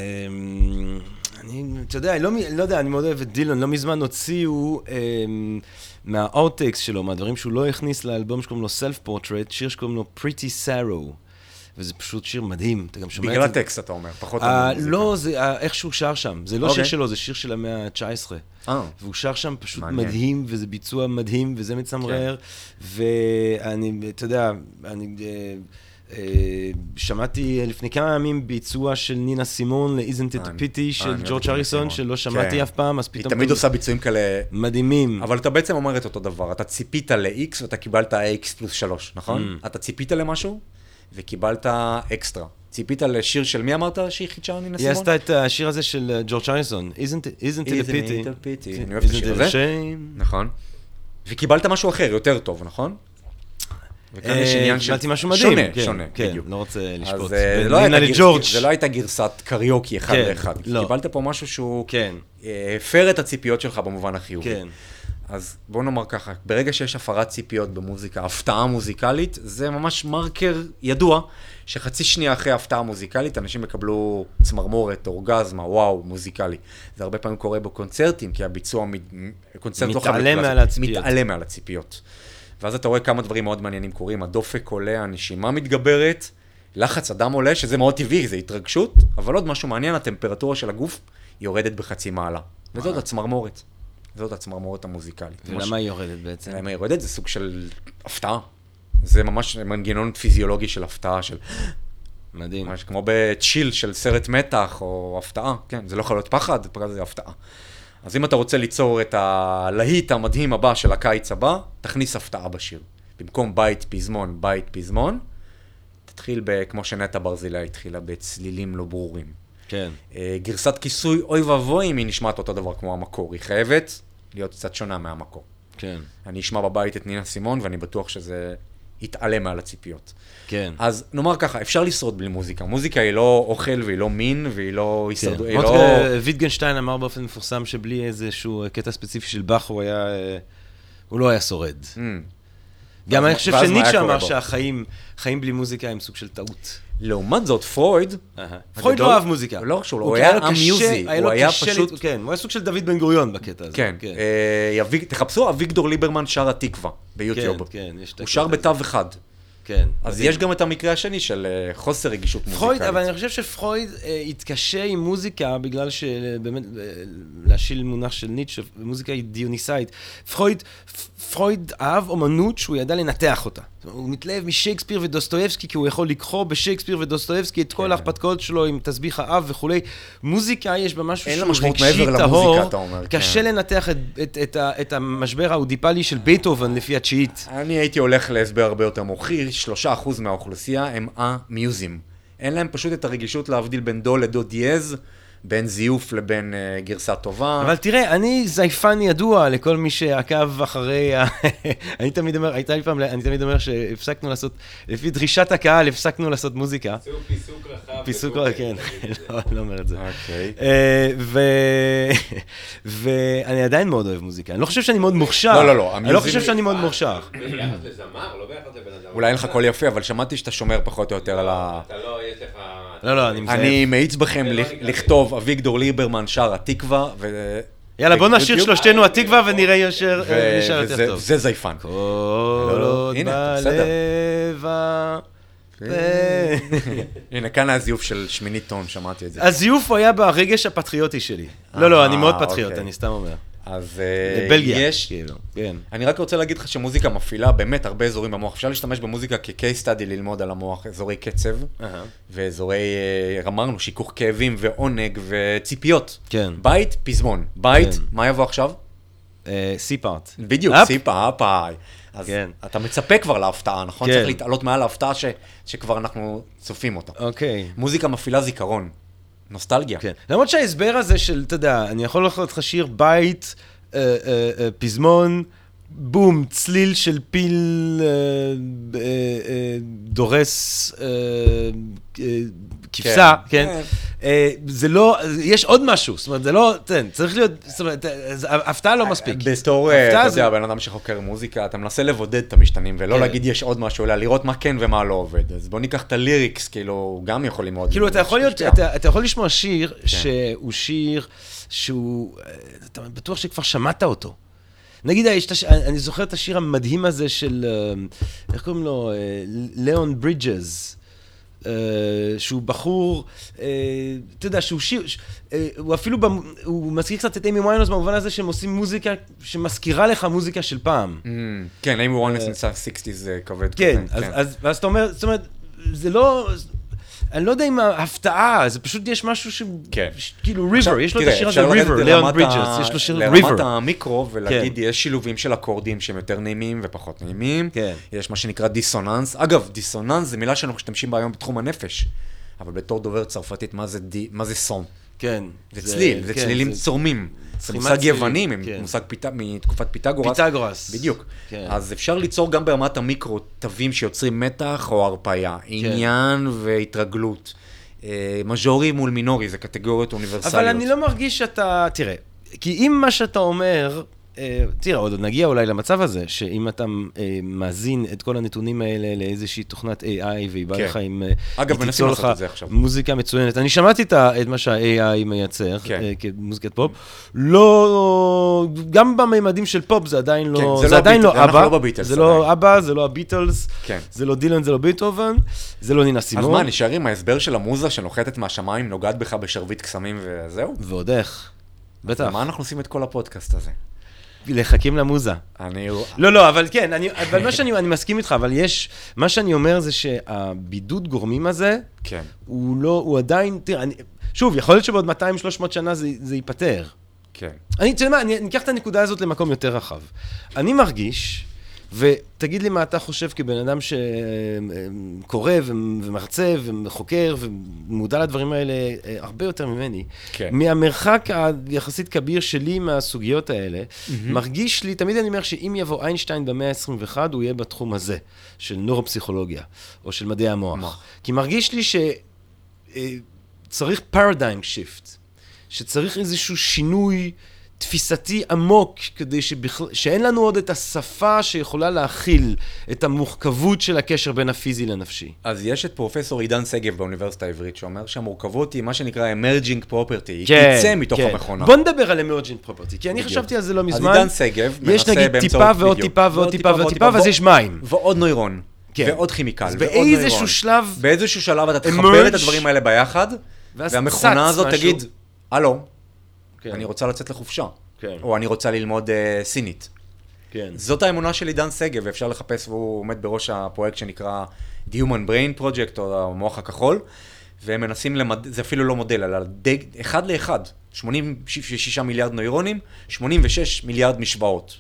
אתה יודע, לא יודע, אני מאוד אוהב את דילון, לא מזמן הוציאו מהאוטקס שלו, מהדברים שהוא לא הכניס לאלבום שקוראים לו Self Portrait, שיר שקוראים לו Pretty Sorrow, וזה פשוט שיר מדהים, אתה גם שומע את זה. בגלל הטקסט אתה אומר, פחות המוזיקה. לא, זה איך שהוא שר שם, זה לא שיר שלו, זה שיר של המאה ה-19. והוא שר שם פשוט מדהים, וזה ביצוע מדהים, וזה מצמרר, ואני, אתה יודע, אני שמעתי לפני כמה ימים ביצוע של נינה סימון ל-Isn't It a Pity של ג'ורג' הריסון, שלא שמעתי אף פעם, אז פתאום... היא תמיד עושה ביצועים כאלה... מדהימים. אבל אתה בעצם אומר את אותו דבר, אתה ציפית ל-X ואתה קיבלת X+3, נכון? אתה ציפית למשהו וקיבלת אקסטרה. ציפית לשיר של מי אמרת שהיא חידשה נינה סימון? היא עשתה את השיר הזה של ג'ורג' הריסון, Isn't It a Pity. אני אוהב את השיר הזה. נכון. וקיבלת משהו אחר, יותר טוב, נכון? וכאן יש עניין של... קיבלתי משהו מדהים. שונה, בדיוק. לא רוצה לשפוט. זה לא הייתה גרסת קריוקי אחד לאחד. קיבלת פה משהו שהוא הפר את הציפיות שלך במובן החיובי. אז בוא נאמר ככה, ברגע שיש הפרת ציפיות במוזיקה, הפתעה מוזיקלית, זה ממש מרקר ידוע, שחצי שנייה אחרי הפתעה מוזיקלית, אנשים יקבלו צמרמורת, אורגזמה, וואו, מוזיקלי. זה הרבה פעמים קורה בקונצרטים, כי הביצוע, מתעלם מעל הציפיות. ואז אתה רואה כמה דברים מאוד מעניינים קורים, הדופק עולה, הנשימה מתגברת, לחץ הדם עולה, שזה מאוד טבעי, זה התרגשות, אבל עוד משהו מעניין, הטמפרטורה של הגוף יורדת בחצי מעלה. וזאת הצמרמורת. זאת הצמרמורת המוזיקלית. ולמה היא יורדת בעצם? למה היא יורדת? זה סוג של הפתעה. זה ממש מנגנון פיזיולוגי של הפתעה, של... מדהים. ממש כמו בצ'יל של סרט מתח או הפתעה. כן, זה לא יכול להיות פחד, פחד זה הפתעה. אז אם אתה רוצה ליצור את הלהיט המדהים הבא של הקיץ הבא, תכניס הפתעה בשיר. במקום בית פזמון, תתחיל כמו שנטע ברזילי התחילה, בצלילים לא ברורים. כן. גרסת כיסוי, אוי ואבוי, אם היא נשמעת אותו דבר כמו המקור. היא חייבת להיות קצת שונה מהמקור. כן. אני אשמע בבית את נינה סימון, ואני בטוח שזה יתעלם מעל הציפיות. כן. אז נאמר ככה, אפשר לשרוד בלי מוזיקה. מוזיקה היא לא אוכל והיא לא מין, והיא לא הישרדות. ויטגנשטיין אמר באופן מפורסם שבלי איזשהו קטע ספציפי של באך הוא לא היה שורד. גם אני חושב שניטשה אמר שהחיים בלי מוזיקה הם סוג של טעות. לעומת זאת, פרויד... פרויד לא אהב מוזיקה. הוא היה אמיוזי, הוא היה פשוט... כן, הוא היה סוג של דוד בן גוריון בקטע הזה. כן, תחפשו אביגדור ליברמן שר התקווה ביוטיוב. כן, הוא שר בתו אחד. כן. אז יש גם את המקרה השני של חוסר רגישות מוזיקלית. אבל אני חושב שפרויד התקשה עם מוזיקה, בגלל שבאמת, להשיל מונח של ניטשה, מוזיקה היא דיוניסאית. פרויד אהב אומנות שהוא ידע לנתח אותה. הוא מתלהב משייקספיר ודוסטויבסקי, כי הוא יכול לקחור בשייקספיר ודוסטויבסקי את כל ההרפתקאות שלו עם תסביך האב וכולי. מוזיקה יש בה משהו שהוא רגשי טהור, קשה לנתח את המשבר האודיפלי של בייטהובן לפי התשיעית. אני הייתי הולך להסבר הרבה יותר מוכר, 3% מהאוכלוסייה הם המיוזים. אין להם פשוט את הרגישות להבדיל בין דו לדו דיאז, בין זיוף לבין גרסה טובה. אבל תראה, אני זייפן ידוע לכל מי שעקב אחרי אני תמיד אומר שהפסקנו לעשות, לפי דרישת הקהל, הפסקנו לעשות מוזיקה. עשו פיסוק רחב. פיסוק רחב, כן. לא אומר את זה. אוקיי. ואני עדיין מאוד אוהב מוזיקה. אני לא חושב שאני מאוד מוכשר. לא. אני לא חושב שאני מאוד מוכשר. ביחד לזמר, לא ביחד לבן אדם. אולי אין לך קול יפה, אבל שמעתי שאתה שומר פחות או יותר על ה... אתה לא, יש לך... לא, אני מזהב. אני מאיץ בכם לכתוב אביגדור ליברמן שר התקווה, יאללה, בוא נשאיר שלושתנו התקווה ונראה ישר יותר טוב. זה זייפן. כל עוד בלב הנה, כאן הזיוף של שמינית טון, שמעתי את זה. הזיוף הוא היה ברגש הפטריוטי שלי. לא, אני מאוד פטריוט, אוקיי. אני סתם אומר. אז בלגיה, יש... כאילו, כן. אני רק רוצה להגיד לך שמוזיקה מפעילה באמת הרבה אזורים במוח. אפשר להשתמש במוזיקה כ-case study ללמוד על המוח, אזורי קצב, ואזורי, אמרנו, שיכוך כאבים ועונג וציפיות. כן. בית, פזמון. בית, מה יבוא עכשיו? סי-פארט. בדיוק, סיפה, אפאי. אז אתה מצפה כבר להפתעה, נכון? צריך להתעלות מעל להפתעה שכבר אנחנו צופים אותה. אוקיי. מוזיקה מפעילה זיכרון. נוסטלגיה. כן. למרות שההסבר הזה של, אתה יודע, אני יכול ללכת לך שיר בית, פזמון, בום, צליל של פיל דורס כבשה, כן? זה לא, יש עוד משהו, זאת אומרת, זה לא, צריך להיות, זאת אומרת, הפתעה לא מספיק. בתור, אתה יודע, בן אדם שחוקר מוזיקה, אתה מנסה לבודד את המשתנים, ולא להגיד יש עוד משהו, אלא לראות מה כן ומה לא עובד. אז בוא ניקח את הליריקס, כאילו, גם יכול ללמוד. כאילו, אתה יכול לשמוע שיר שהוא שיר שהוא, אתה בטוח שכבר שמעת אותו. נגיד, אני זוכר את השיר המדהים הזה של, איך קוראים לו? ליאון ברידג'ז. שהוא בחור, אתה יודע, שהוא שיר, הוא אפילו, הוא מזכיר קצת את אימי ויינהאוז במובן הזה שהם עושים מוזיקה שמזכירה לך מוזיקה של פעם. כן, אימי ויינהאוז ניסה 60's זה כבד. כן, אז אתה אומר, זאת אומרת, זה לא... אני לא יודע אם ההפתעה, זה פשוט יש משהו שכאילו ריבר, יש לו את השיר הזה ריבר, ליאון ברידג'ס, יש לו שיר ריבר. לרמת המיקרו ולהגיד, יש שילובים של אקורדים שהם יותר נעימים ופחות נעימים, יש מה שנקרא דיסוננס. אגב, דיסוננס זה מילה שאנחנו משתמשים בה היום בתחום הנפש, אבל בתור דובר צרפתית, מה זה סון? כן. זה צליל, זה צלילים צורמים. זה מושג יווני, מושג מתקופת פיתגורס. פיתגורס. בדיוק. אז אפשר ליצור גם ברמת המיקרו תווים שיוצרים מתח או הרפאיה, עניין והתרגלות. מז'ורי מול מינורי, זה קטגוריות אוניברסליות. אבל אני לא מרגיש שאתה, תראה, כי אם מה שאתה אומר, תראה, עוד נגיע אולי למצב הזה, שאם אתה מאזין את כל הנתונים האלה לאיזושהי תוכנת AI, והיא באה לך עם... אגב, מנסים לעשות את זה עכשיו. מוזיקה מצוינת. אני שמעתי את מה שה-AI מייצר, כמוזיקת פופ. לא... גם בממדים של פופ זה עדיין לא... זה עדיין לא אבא. זה לא אבא, זה לא הביטלס, זה לא דילן, זה לא בייטהובן, זה לא נינה סימון. אז מה, נשאר עם ההסבר של המוזה שנוחתת מהשמיים, נוגעת בך בשרביט קסמים וזהו? ועוד איך. בטח. מה אנחנו עושים את כל הפודקאסט הזה? לחכים למוזה. לא, אבל כן, אבל מה שאני מסכים איתך, אבל יש, מה שאני אומר זה שהבידוד גורמים הזה, הוא עדיין, תראה, שוב, יכול להיות שבעוד 200-300 שנה זה ייפטר. כן. אני אקח את הנקודה הזאת למקום יותר רחב. אני מרגיש, ותגיד לי מה אתה חושב כבן אדם שקורא ומרצה וחוקר ומודע לדברים האלה הרבה יותר ממני, מהמרחק היחסית כביר שלי מהסוגיות האלה, מרגיש לי, תמיד אני אומר שאם יבוא איינשטיין במאה ה-21, הוא יהיה בתחום הזה, של נוירופסיכולוגיה, או של מדעי המוח. כי מרגיש לי שצריך paradigm shift, שצריך איזשהו שינוי תפיסתי עמוק, כדי שאין לנו עוד את השפה שיכולה להכיל את המורכבות של הקשר בין הפיזי לנפשי. אז יש את פרופסור עידן שגב באוניברסיטה העברית, שאומר שהמורכבות היא מה שנקרא emerging property, היא תצא מתוך המכונה. בוא נדבר על emerging property, כי אני חשבתי על זה לא מזמן. אז עידן שגב יש נגיד טיפה ועוד טיפה ועוד טיפה ועוד טיפה, ואז יש מים. ועוד נוירון, ועוד כימיקל, אז באיזשהו שלב... באיזשהו שלב אתה תחבר את הדברים האלה ביחד, והמכונה הזאת תגיד, הלו, אני רוצה לצאת לחופשה. או אני רוצה ללמוד סינית. כן. זאת האמונה של עידן שגב, ואפשר לחפש, והוא עומד בראש הפרויקט שנקרא The Human Brain Project, או המוח הכחול, והם מנסים זה אפילו לא מודל, אלא אחד לאחד, 86 מיליארד נוירונים, 86 מיליארד משוואות.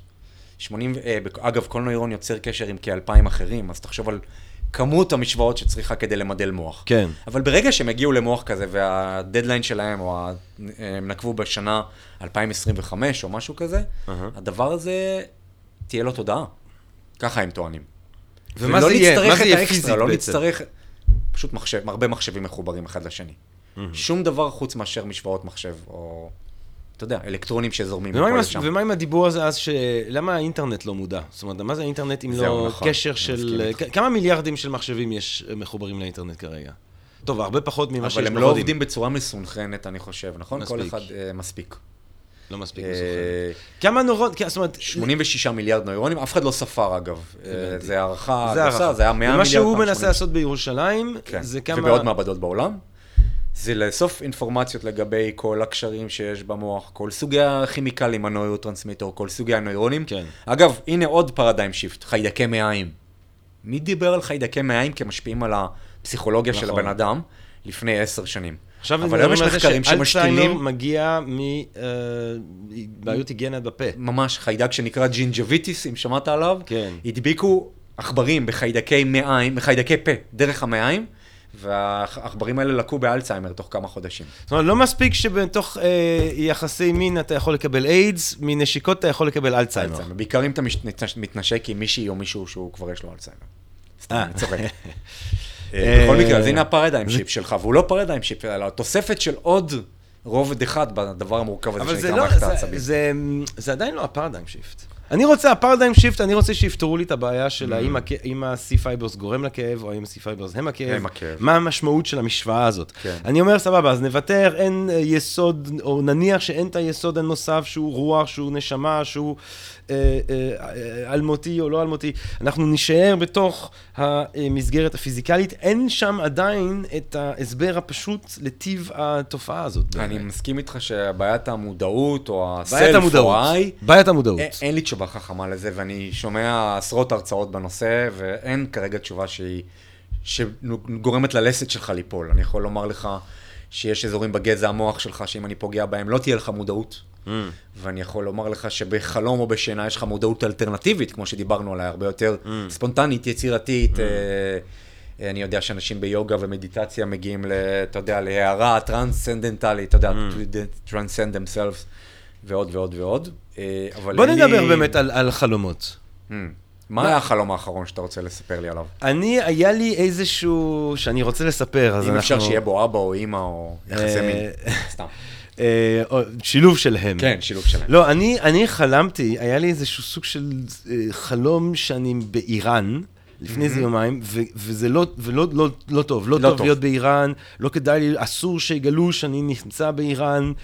אגב, כל נוירון יוצר קשר עם כ-2,000 אחרים, אז תחשוב על כמות המשוואות שצריכה כדי למדל מוח. כן. אבל ברגע שהם הגיעו למוח כזה, והדדליין שלהם, הם נקבו בשנה 2025 או משהו כזה, הדבר הזה תהיה לו תודעה. ככה הם טוענים. ומה זה יהיה? מה זה יהיה פיזית לא בעצם? נצטרך, פשוט מחשב, הרבה מחשבים מחוברים אחד לשני. שום דבר חוץ מאשר משוואות מחשב, או, אתה יודע, אלקטרונים שזורמים מפה לשם. ומה עם הדיבור הזה אז למה האינטרנט לא מודע? זאת אומרת, מה זה האינטרנט אם לא קשר של... כמה מיליארדים של מחשבים יש מחוברים לאינטרנט כרגע? טוב, הרבה פחות ממה שיש אבל הם לא עובדים בצורה מסונכרנת, אני חושב, נכון? כל אחד מספיק. לא מספיק מסוכן. כמה נוירון, זאת אומרת... 86 מיליארד נוירונים, אף אחד לא ספר אגב. זה הערכה, זה היה 100 מיליארד. ומה שהוא מנסה לעשות בירושלים, זה כמה... ובעוד מעבדות בעולם. זה לאסוף אינפורמציות לגבי כל הקשרים שיש במוח, כל סוגי הכימיקלים, הנוירוטרנסמיטר, כל סוגי הנוירונים. כן. אגב, הנה עוד פרדיים שיפט, חיידקי מעיים. מי דיבר על חיידקי מעיים כמשפיעים על הפסיכולוגיה של הבן אדם לפני 10 שנים? עכשיו מדברים על זה שאלצהיימר מגיע מבעיות היגיינה בפה. ממש, חיידק שנקרא ג'ינג'ביטיס, אם שמעת עליו. כן. הדביקו עכברים בחיידקי מעיים, בחיידקי פה, דרך המעיים, והעכברים האלה לקו באלצהיימר תוך כמה חודשים. זאת אומרת, לא מספיק שבתוך יחסי מין אתה יכול לקבל איידס, מנשיקות אתה יכול לקבל אלצהיימר. בעיקר אם אתה מתנשק עם מישהי או מישהו שהוא כבר יש לו אלצהיימר. סתם, אני צוחק. בכל מקרה, אז הנה הפרדיים שיפ שלך, והוא לא פרדיים שיפ, אלא תוספת של עוד רובד אחד בדבר המורכב הזה שנקרא מערכת העצבים. זה עדיין לא הפרדיים שיפט. אני רוצה, הפרדיים שיפט, אני רוצה שיפתרו לי את הבעיה של האם ה-C fibers גורם לכאב, או האם ה-C fibers הם הכאב. מה המשמעות של המשוואה הזאת. אני אומר, סבבה, אז נוותר, אין יסוד, או נניח שאין את היסוד הנוסף, שהוא רוח, שהוא נשמה, שהוא אלמותי או לא אלמותי. אנחנו נשאר בתוך המסגרת הפיזיקלית, אין שם עדיין את ההסבר הפשוט לטיב התופעה הזאת. אני מסכים איתך שבעיית המודעות, או הסלף, או ה-I, בעיית המודעות. אין לי תשובה חכמה לזה, ואני שומע עשרות הרצאות בנושא, ואין כרגע תשובה שגורמת ללסת שלך ליפול. אני יכול לומר לך שיש אזורים בגזע המוח שלך, שאם אני פוגע בהם, לא תהיה לך מודעות. ואני יכול לומר לך שבחלום או בשינה יש לך מודעות אלטרנטיבית, כמו שדיברנו עליה, הרבה יותר ספונטנית, יצירתית. אני יודע שאנשים ביוגה ומדיטציה מגיעים, אתה יודע, להערה טרנסצנדנטלית, אתה יודע, to transcend themselves, ועוד ועוד ועוד. בוא נדבר באמת על חלומות. מה היה החלום האחרון שאתה רוצה לספר לי עליו? היה לי איזשהו שאני רוצה לספר, אז אם אפשר שיהיה בו אבא או אמא או יחסי מין, סתם. שילוב שלהם. כן, שילוב שלהם. לא, אני חלמתי, היה לי איזשהו סוג של חלום שאני באיראן, לפני איזה יומיים, וזה לא טוב, לא טוב להיות באיראן, לא כדאי לי, אסור שיגלו שאני נמצא באיראן,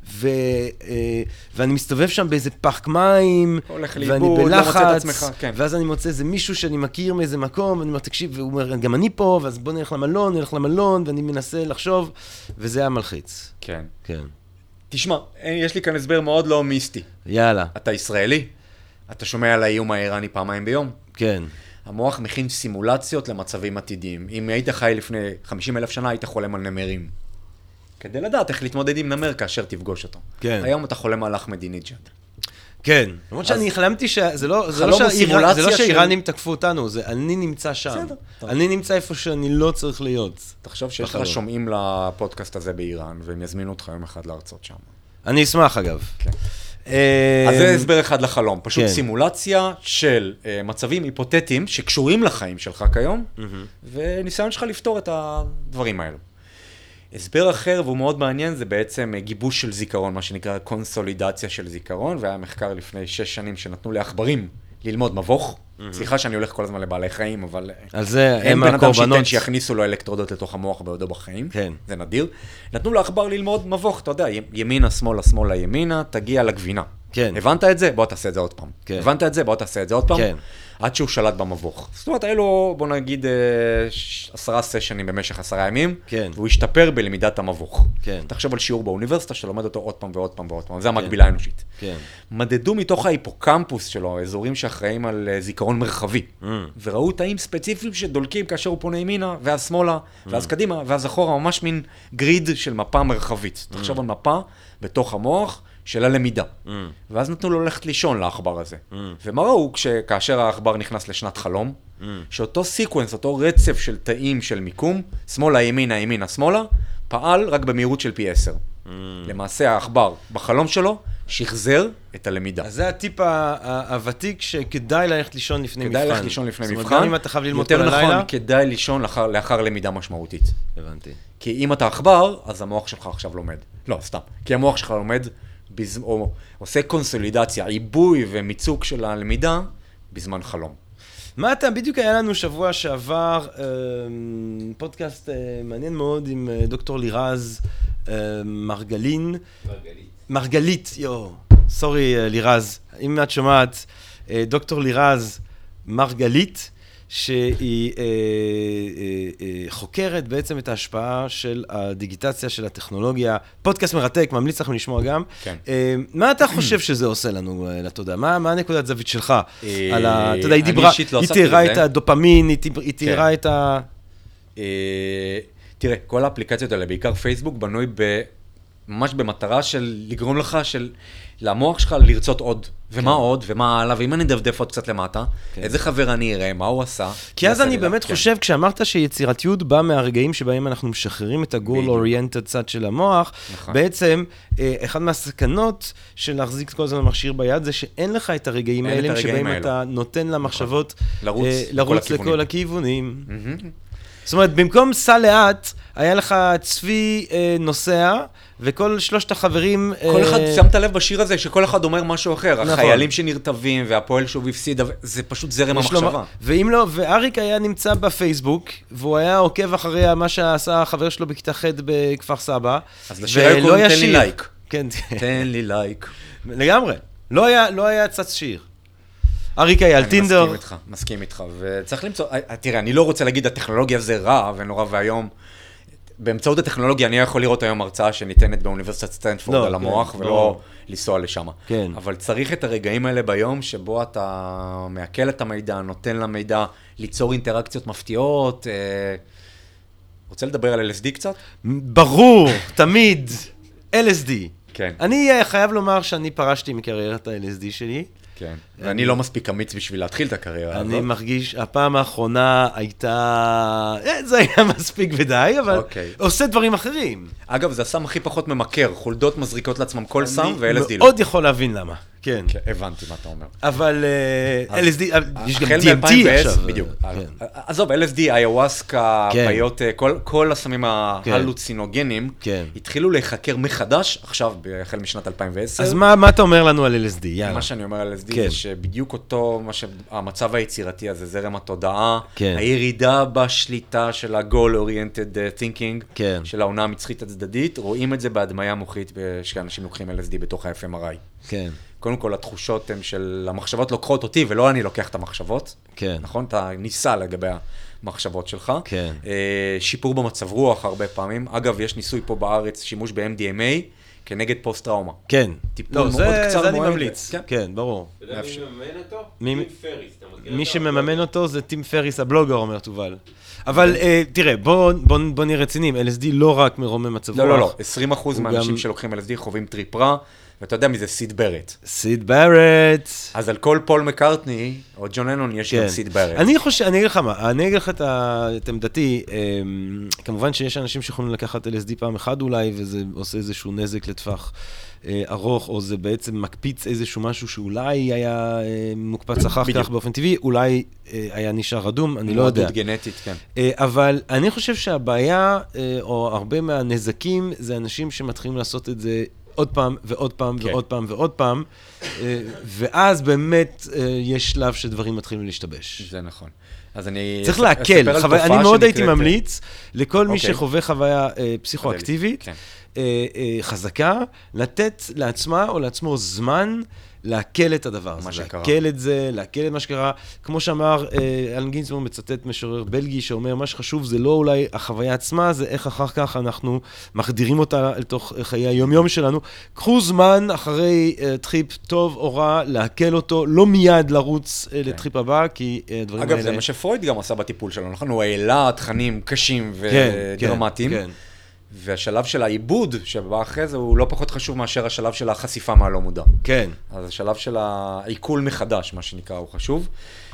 ואני מסתובב שם באיזה פארק מים, ואני בלחץ, ואז אני מוצא איזה מישהו שאני מכיר מאיזה מקום, ואני אומר, תקשיב, והוא אומר, גם אני פה, ואז בוא נלך למלון, ואני מנסה לחשוב, וזה היה מלחיץ. כן. כן. תשמע, יש לי כאן הסבר מאוד לא מיסטי. יאללה. אתה ישראלי? אתה שומע על האיום האיראני פעמיים ביום? כן. המוח מכין סימולציות למצבים עתידיים. אם היית חי לפני 50,000 שנה, היית חולם על נמרים. כדי לדעת איך להתמודד עם נמר כאשר תפגוש אותו. כן. היום אתה חולם על אחמדינג'אד. כן. למרות שאני חלמתי שזה לא שהאיראנים תקפו אותנו, זה אני נמצא שם. אני נמצא איפה שאני לא צריך להיות. תחשוב שיש לך שומעים לפודקאסט הזה באיראן, והם יזמינו אותך יום אחד להרצות שם. אני אשמח אגב. כן. אז זה הסבר אחד לחלום, פשוט סימולציה של מצבים היפותטיים שקשורים לחיים שלך כיום, וניסיון שלך לפתור את הדברים האלו. הסבר אחר, והוא מאוד מעניין, זה בעצם גיבוש של זיכרון, מה שנקרא קונסולידציה של זיכרון, והיה מחקר לפני 6 שנים שנתנו לעכברים ללמוד מבוך. סליחה שאני הולך כל הזמן לבעלי חיים, אבל אין בן אדם שייתן שיכניסו לו אלקטרודות לתוך המוח בעודו בחיים, כן. זה נדיר. נתנו לעכבר ללמוד מבוך, אתה יודע, ימינה, שמאלה, שמאלה, ימינה, תגיע לגבינה. כן. הבנת את זה? בוא תעשה את זה עוד פעם. כן. הבנת את זה? בוא תעשה את זה עוד פעם. כן. עד שהוא שלט במבוך. זאת אומרת, היה לו, בוא נגיד, 10 סשנים במשך 10 ימים, כן. והוא השתפר בלמידת המבוך. כן. תחשב על שיעור באוניברסיטה, שאתה לומד אותו עוד פעם ועוד פעם ועוד פעם, זה המקבילה האנושית. כן. מדדו מתוך ההיפוקמפוס שלו, אזורים שאחראים על זיכרון מרחבי, וראו תאים ספציפיים שדולקים כאשר הוא פונה ימינה, ואז שמאלה, ואז קדימה, ואז אחורה, ממש מין גריד של מפה מרחבית. תחשב על מפה בתוך המוח של הלמידה. ואז נתנו לו ללכת לישון לעכבר הזה. ומה ראו כאשר העכבר נכנס לשנת חלום? שאותו סיקוונס, אותו רצף של תאים של מיקום, שמאלה, ימינה, ימינה, שמאלה, פעל רק במהירות של פי 10. למעשה העכבר בחלום שלו שחזר את הלמידה. אז זה הטיפ הוותיק שכדאי ללכת לישון לפני מבחן. כדאי ללכת לישון לפני מבחן. זאת אומרת, גם אם אתה חייב ללמוד כל הלילה. יותר נכון, כדאי לישון לאחר למידה משמעותית. הבנתי. כי אם אתה עכבר, אז המוח שלך עכשיו לומד. לא, סתם. כי המוח שלך לומד, או עושה קונסולידציה, עיבוי ומיצוק של הלמידה בזמן חלום. מה אתה, בדיוק היה לנו שבוע שעבר פודקאסט מעניין מאוד עם דוקטור לירז מרגלית, סורי לירז, אם את שומעת, דוקטור לירז מרגלית, שהיא חוקרת בעצם את ההשפעה של הדיגיטציה, של הטכנולוגיה, פודקאסט מרתק, ממליץ לכם לשמוע גם. כן. מה אתה חושב שזה עושה לנו לתודעה? מה הנקודת זווית שלך? אתה יודע, היא דיברה, היא תיארה את הדופמין, היא תיארה את ה... תראה, כל האפליקציות האלה, בעיקר פייסבוק, בנוי ממש במטרה של לגרום לך, של למוח שלך לרצות עוד, ומה עוד, ומה הלאה, ואם אני דפדף עוד קצת למטה, איזה חבר אני אראה, מה הוא עשה. כי אז אני באמת חושב, כשאמרת שיצירתיות באה מהרגעים שבהם אנחנו משחררים את הגול אוריינטד צד של המוח, בעצם אחד מהסכנות של להחזיק כל הזמן מכשיר ביד, זה שאין לך את הרגעים האלה, שבהם אתה נותן למחשבות לרוץ לכל הכיוונים. זאת אומרת, במקום סע לאט, היה לך צבי נוסע, וכל שלושת החברים... כל אחד, שמת לב בשיר הזה, שכל אחד אומר משהו אחר. החיילים שנרטבים, והפועל שוב הפסיד, זה פשוט זרם המחשבה. ואם לא, ואריק היה נמצא בפייסבוק, והוא היה עוקב אחרי מה שעשה החבר שלו בכיתה ח' בכפר סבא, אז לשיר היו קוראים תן לי לייק. כן. תן לי לייק. לגמרי. לא היה צץ שיר. אריק היה על טינדר. מסכים איתך, וצריך למצוא, תראה, אני לא רוצה להגיד, הטכנולוגיה זה רע ונורא והיום, באמצעות הטכנולוגיה אני יכול לראות היום הרצאה שניתנת באוניברסיטת סטנפורד על המוח, ולא לנסוע לשם. אבל צריך את הרגעים האלה ביום, שבו אתה מעכל את המידע, נותן למידע, ליצור אינטראקציות מפתיעות. רוצה לדבר על LSD קצת? ברור, תמיד. LSD. כן. אני חייב לומר שאני פרשתי מקריירת ה-LSD שלי. כן, ואני לא מספיק אמיץ בשביל להתחיל את הקריירה הזאת. אני מרגיש, הפעם האחרונה הייתה, זה היה מספיק ודי, אבל עושה דברים אחרים. אגב, זה הסם הכי פחות ממכר, חולדות מזריקות לעצמם כל סם ו-LSD לא. אני מאוד יכול להבין למה, כן. הבנתי מה אתה אומר. אבל LSD, יש גם DMT עכשיו. בדיוק. עזוב, LSD, איוואסקה, פיות, כל הסמים ההלוצינוגנים, התחילו להיחקר מחדש, עכשיו, החל משנת 2010. אז מה אתה אומר לנו על LSD? יאללה. מה שאני אומר על LSD זה שבדיוק אותו, המצב היצירתי הזה, זרם התודעה, הירידה בשליטה של ה-goal-oriented thinking, של העונה המצחית הצדדית, רואים את זה בהדמיה מוחית שאנשים לוקחים LSD בתוך ה-FMRI. כן. קודם כל, התחושות הן של המחשבות לוקחות אותי, ולא אני לוקח את המחשבות. כן. נכון? אתה ניסה לגבי המחשבות שלך. כן. שיפור במצב רוח הרבה פעמים. אגב, יש ניסוי פה בארץ, שימוש ב-MDMA, כנגד פוסט-טראומה. כן. טיפול מאוד קצר. זה אני ממליץ. כן, ברור. אתה יודע מי מממן אותו? טים פריס. מי שמממן אותו זה טים פריס, הבלוגר, אומר תובל. אבל תראה, בוא נהיה רציניים, LSD לא רק מרומם מצב רוח. לא, 20% מהאנשים שלוקחים LSD חווים טריפ רע, ואתה יודע מי זה סיד ברט. סיד ברט. אז על כל פול מקארטני, או ג'ון לנון, יש גם סיד ברט. אני אגיד לך מה, אני אגיד לך את עמדתי, כמובן שיש אנשים שיכולים לקחת LSD פעם אחד אולי, וזה עושה איזשהו נזק לטווח ארוך, או זה בעצם מקפיץ איזשהו משהו שאולי היה מוקפץ אחר כך באופן טבעי, אולי היה נשאר אדום, אני לא יודע. מועדות גנטית, כן. אבל אני חושב שהבעיה, או הרבה מהנזקים, זה אנשים שמתחילים לעשות את זה עוד פעם ועוד פעם ועוד פעם ועוד פעם, ואז באמת יש שלב שדברים מתחילים להשתבש. זה נכון. אז אני צריך להקל, אני מאוד הייתי ממליץ לכל מי שחווה חוויה פסיכואקטיבית, חזקה, לתת לעצמה או לעצמו זמן להקל את הדבר הזה, להקל את זה, להקל את מה שקרה. כמו שאמר, אלן גינזבורג מצטט משורר בלגי שאומר, מה שחשוב זה לא אולי החוויה עצמה, זה איך אחר כך אנחנו מחדירים אותה לתוך חיי היום-יום שלנו. קחו זמן אחרי טריפ טוב או רע, להקל אותו, לא מיד לרוץ לטריפ הבא, כי דברים האלה... אגב, זה מה שפרויד גם עשה בטיפול שלנו, הוא העלה תכנים קשים ודרמטיים. והשלב של העיבוד שבא אחרי זה הוא לא פחות חשוב מאשר השלב של החשיפה מהלא מודע. כן. אז השלב של העיכול מחדש, מה שנקרא, הוא חשוב.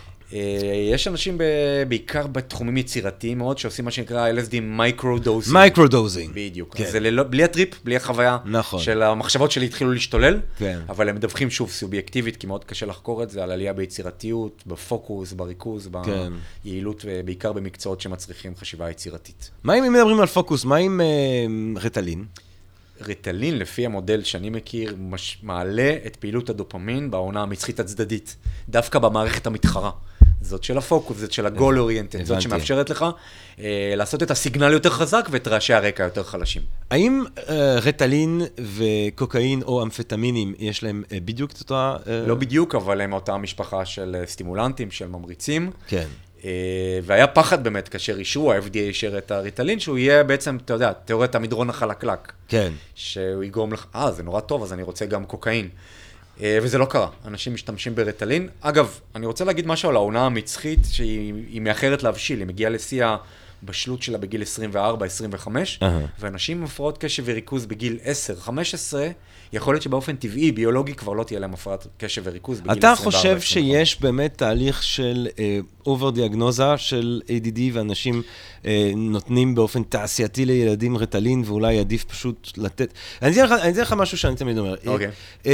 יש אנשים בעיקר בתחומים יצירתיים מאוד, שעושים מה שנקרא LSD מייקרו-דוזינג. מייקרו-דוזינג. בדיוק. אז זה בלי הטריפ, בלי החוויה של המחשבות שלי התחילו להשתולל, אבל הם מדווחים שוב סובייקטיבית, כי מאוד קשה לחקור את זה, על עלייה ביצירתיות, בפוקוס, בריכוז, ביעילות, בעיקר במקצועות שמצריכים חשיבה יצירתית. מה אם מדברים על פוקוס? מה עם ריטלין? ריטלין, לפי המודל שאני מכיר, מעלה את פעילות הדופמין בעונה המצחית הצדדית, דווקא במערכת המתחרה. זאת של הפוקוס, זאת של הגול אוריינטד, זאת שמאפשרת לך לעשות את הסיגנל יותר חזק ואת רעשי הרקע יותר חלשים. האם ריטלין וקוקאין או אמפטמינים יש להם בדיוק את אותה... לא בדיוק, אבל הם אותה משפחה של סטימולנטים, של ממריצים. כן. והיה פחד באמת כאשר אישרו, ה-FDA אישר את הריטלין, שהוא יהיה בעצם, אתה יודע, תיאוריית המדרון החלקלק. כן. שהוא יגרום לך, זה נורא טוב, אז אני רוצה גם קוקאין. וזה לא קרה, אנשים משתמשים בריטלין. אגב, אני רוצה להגיד משהו על העונה המצחית, שהיא מאחרת להבשיל, היא מגיעה לשיא הבשלות שלה בגיל 24-25, ואנשים עם הפרעות קשב וריכוז בגיל 10-15, יכול להיות שבאופן טבעי, ביולוגי, כבר לא תהיה להם הפרעת קשב וריכוז בגיל 24-25. אתה חושב שיש באמת תהליך של אובר דיאגנוזה של ADD, ואנשים נותנים באופן תעשייתי לילדים ריטלין, ואולי עדיף פשוט לתת... אני אתן לך משהו שאני תמיד אומר. אוקיי.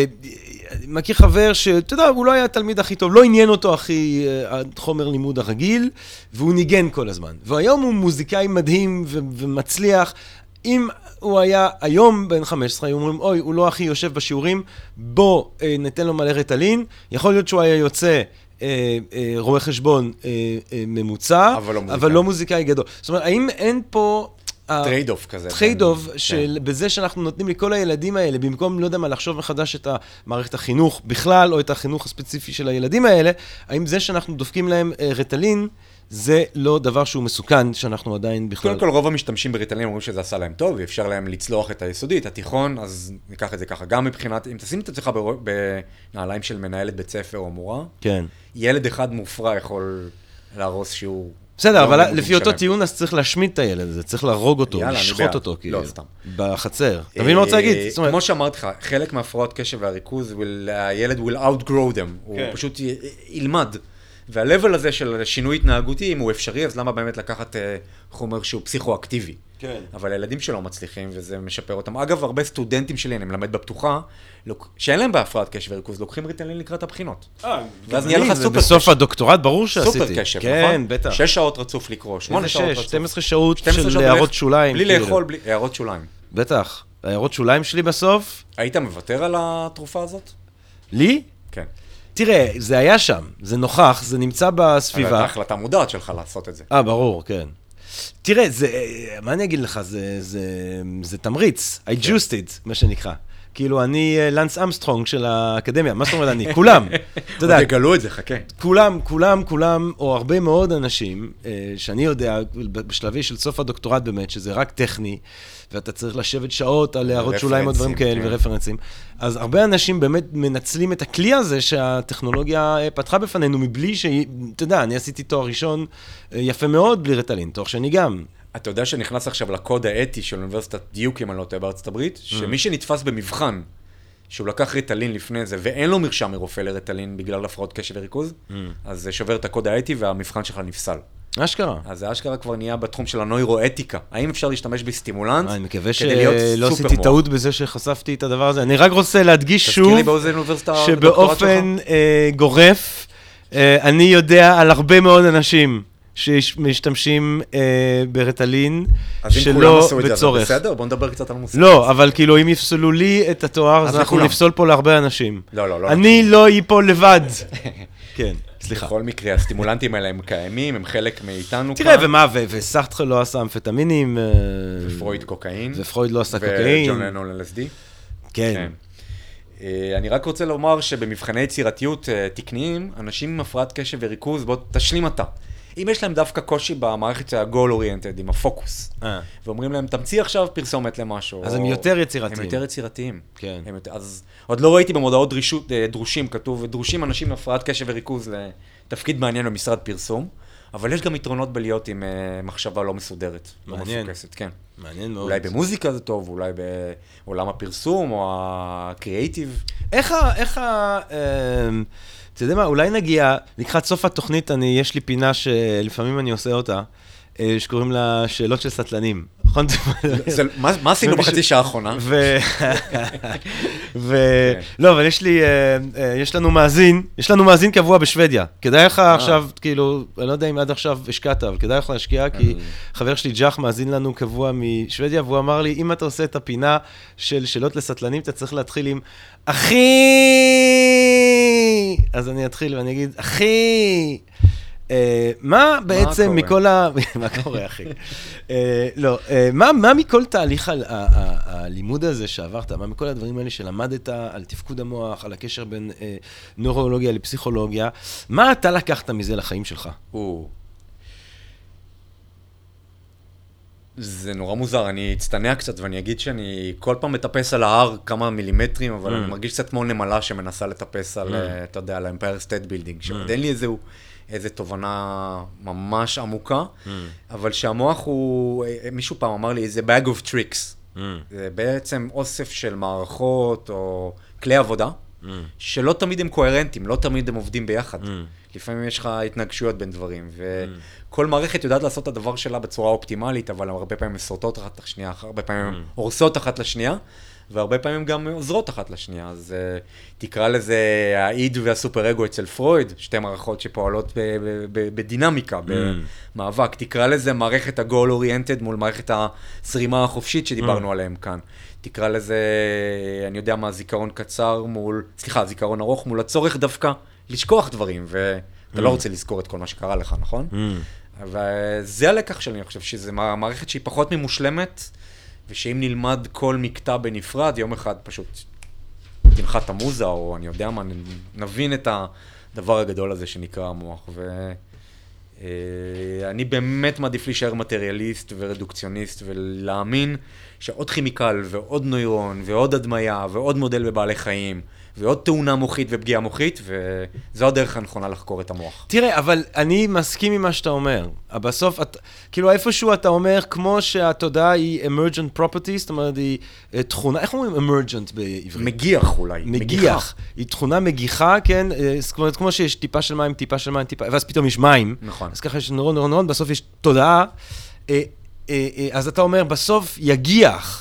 מכיר חבר שאתה יודע, הוא לא היה התלמיד הכי טוב, לא עניין אותו הכי חומר לימוד הרגיל, והוא ניגן כל הזמן. והיום הוא מוזיקאי מדהים ומצליח. אם הוא היה היום בן 15, היו אומרים, אוי, הוא לא הכי יושב בשיעורים, בוא ניתן לו מלא ריטלין, יכול להיות שהוא היה יוצא רואה חשבון ממוצע, אבל לא מוזיקאי גדול. זאת אומרת, האם אין פה... טרייד-אוף כזה. טרייד-אוף, בזה שאנחנו נותנים לכל הילדים האלה, במקום, לא יודע מה, לחשוב מחדש את מערכת החינוך בכלל, או את החינוך הספציפי של הילדים האלה, האם זה שאנחנו דופקים להם ריטלין, זה לא דבר שהוא מסוכן, שאנחנו עדיין בכלל... קודם כל, רוב המשתמשים בריטלין אומרים שזה עשה להם טוב, ואפשר להם לצלוח את היסודי, את התיכון, אז ניקח את זה ככה. גם מבחינת, אם תשים את עצמך בנעליים של מנהלת בית ספר או מורה, כן. ילד אחד מופרע יכול להרוס שיעור... בסדר, אבל לפי אותו טיעון, אז צריך להשמיד את הילד הזה, צריך להרוג אותו, לשחוט אותו, כאילו. לא, סתם. בחצר. אתה מבין מה רוצה להגיד? כמו שאמרתי לך, חלק מהפרעות קשב והריכוז, הילד will outgrow them, הוא פשוט ילמד. והלבל הזה של שינוי התנהגותי, אם הוא אפשרי, אז למה באמת לקחת חומר שהוא פסיכואקטיבי? כן. אבל הילדים שלו מצליחים, וזה משפר אותם. אגב, הרבה סטודנטים שלי, אני מלמד בפתוחה, שאין להם בהפרעת קשב וריכוז, לוקחים ריטלין לקראת הבחינות. ואז נהיה לך סופר קשב. בסוף הדוקטורט ברור שעשיתי. סופר קשב, נכון? כן, בטח. 6 שעות רצוף לקרוא, 8 שעות רצוף. 12 שעות של הערות שוליים. בלי לאכול, בלי הערות שוליים. בטח. הערות שוליים שלי בסוף. היית מוותר על התרופה הזאת? לי? כן. תראה, זה היה שם, זה נוכח, זה נמצא בסביבה. אבל ההחלטה מודעת שלך לעשות את זה. ברור, כן. תראה, מה אני אגיד לך, זה תמריץ, I juiced it, מה שנקרא. כאילו, אני לנס אמסטרונג של האקדמיה, מה זאת אומרת אני? כולם. עוד יגלו את זה, חכה. כולם, או הרבה מאוד אנשים, שאני יודע, בשלבי של סוף הדוקטורט באמת, שזה רק טכני, ואתה צריך לשבת שעות על הערות שוליים או דברים כאלה ורפרנסים. אז הרבה אנשים באמת מנצלים את הכלי הזה שהטכנולוגיה פתחה בפנינו, מבלי אתה יודע, אני עשיתי תואר ראשון יפה מאוד בלי ריטלין, תואר שני גם. אתה יודע שנכנס עכשיו לקוד האתי של אוניברסיטת דיוק, אם אני לא טועה בארצות הברית, שמי שנתפס במבחן, שהוא לקח ריטלין לפני זה, ואין לו מרשם מרופא לריטלין בגלל הפרעות קשב וריכוז, אז זה שובר את הקוד האתי והמבחן שלך נפסל. אשכרה. אז זה אשכרה כבר נהיה בתחום של הנוירואתיקה. האם אפשר להשתמש בסטימולנט? אני מקווה שלא עשיתי טעות בזה שחשפתי את הדבר הזה. אני רק רוצה להדגיש שוב, שבאופן גורף, אני יודע על הרבה מאוד אנשים שמשתמשים בריטלין, שלא בצורך. בסדר, בוא נדבר קצת על מושג. לא, אבל כאילו אם יפסלו לי את התואר, אז אנחנו נפסול פה להרבה אנשים. לא. אני לא ייפול לבד. כן. סליחה. בכל מקרה, הסטימולנטים האלה הם קיימים, הם חלק מאיתנו. תראה, ומה, וסרטר לא עשה ופרויד קוקאין. ופרויד לא עשה קוקאין. וג'ון לנון LSD. כן. אני רק רוצה לומר שבמבחני יצירתיות תקניים, אנשים עם הפרעת קשב וריכוז, בוא תשלים אתה. אם יש להם דווקא קושי במערכת ה-goal oriented, עם הפוקוס, ואומרים להם, תמציא עכשיו פרסומת למשהו. אז הם יותר יצירתיים. הם יותר יצירתיים. כן. אז עוד לא ראיתי במודעות דרושים, כתוב, דרושים אנשים עם הפרעת קשב וריכוז לתפקיד מעניין במשרד פרסום, אבל יש גם יתרונות בלהיות עם מחשבה לא מסודרת. מעניין. לא מפוקסת, כן. מעניין מאוד. אולי במוזיקה זה טוב, אולי בעולם הפרסום או הקריאייטיב. איך אתה יודע מה, אולי נגיע, לקראת סוף התוכנית, יש לי פינה שלפעמים אני עושה אותה, שקוראים לה שאלות של סטלנים. נכון? מה עשינו בחצי שעה האחרונה? לא, אבל יש לנו מאזין קבוע בשוודיה. כדאי לך עכשיו, כאילו, אני לא יודע אם עד עכשיו השקעת, אבל כדאי לך להשקיע, כי חבר שלי ג'ח מאזין לנו קבוע משוודיה, והוא אמר לי, אם אתה עושה את הפינה של שאלות לסטלנים, אתה צריך להתחיל עם אחי! אז אני אתחיל ואני אגיד, אחי! מה בעצם מכל מה קורה, אחי? לא, מה מכל תהליך הלימוד הזה שעברת, מה מכל הדברים האלה שלמדת על תפקוד המוח, על הקשר בין נוירולוגיה לפסיכולוגיה, מה אתה לקחת מזה לחיים שלך? זה נורא מוזר, אני אצטנע קצת ואני אגיד שאני כל פעם מטפס על ההר כמה מילימטרים, אבל אני מרגיש קצת כמו נמלה שמנסה לטפס על, אתה יודע, על האמפייר סטייט בילדינג, שעוד אין לי איזו תובנה ממש עמוקה, אבל שהמוח הוא, מישהו פעם אמר לי, זה bag of tricks. זה בעצם אוסף של מערכות או כלי עבודה, שלא תמיד הם קוהרנטיים, לא תמיד הם עובדים ביחד. לפעמים יש לך התנגשויות בין דברים, וכל מערכת יודעת לעשות את הדבר שלה בצורה אופטימלית, אבל הרבה פעמים מסורטות אחת לשנייה, הרבה פעמים הורסות אחת לשנייה, והרבה פעמים גם עוזרות אחת לשנייה. אז תקרא לזה האיד והסופר-אגו אצל פרויד, שתי מערכות שפועלות בדינמיקה, במאבק. תקרא לזה מערכת ה-goal oriented מול מערכת הזרימה החופשית שדיברנו עליהם כאן. תקרא לזה, אני יודע מה, זיכרון קצר מול, זיכרון ארוך מול הצורך דווקא לשכוח דברים, ואתה לא רוצה לזכור את כל מה שקרה לך, נכון? וזה הלקח שלי, אני חושב שזו מערכת שהיא פחות ממושלמת, ושאם נלמד כל מקטע בנפרד, יום אחד פשוט תנחת את המוזה, או אני יודע מה, נבין את הדבר הגדול הזה שנקרא המוח. ואני באמת מעדיף להישאר מטריאליסט ורדוקציוניסט, ולהאמין שעוד כימיקל ועוד נוירון ועוד הדמיה ועוד מודל בבעלי חיים, ועוד תאונה מוחית ופגיעה מוחית, וזו הדרך הנכונה לחקור את המוח. תראה, אבל אני מסכים עם מה שאתה אומר. בסוף, כאילו איפשהו אתה אומר, כמו שהתודעה היא emergent property, זאת אומרת, היא תכונה, איך אומרים emergent בעברית? מגיח אולי. מגיח. היא תכונה מגיחה, כן? זאת אומרת, כמו שיש טיפה של מים, טיפה של מים, טיפה, ואז פתאום יש מים. נכון. אז ככה יש נורון, בסוף יש תודעה. אז אתה אומר, בסוף יגיח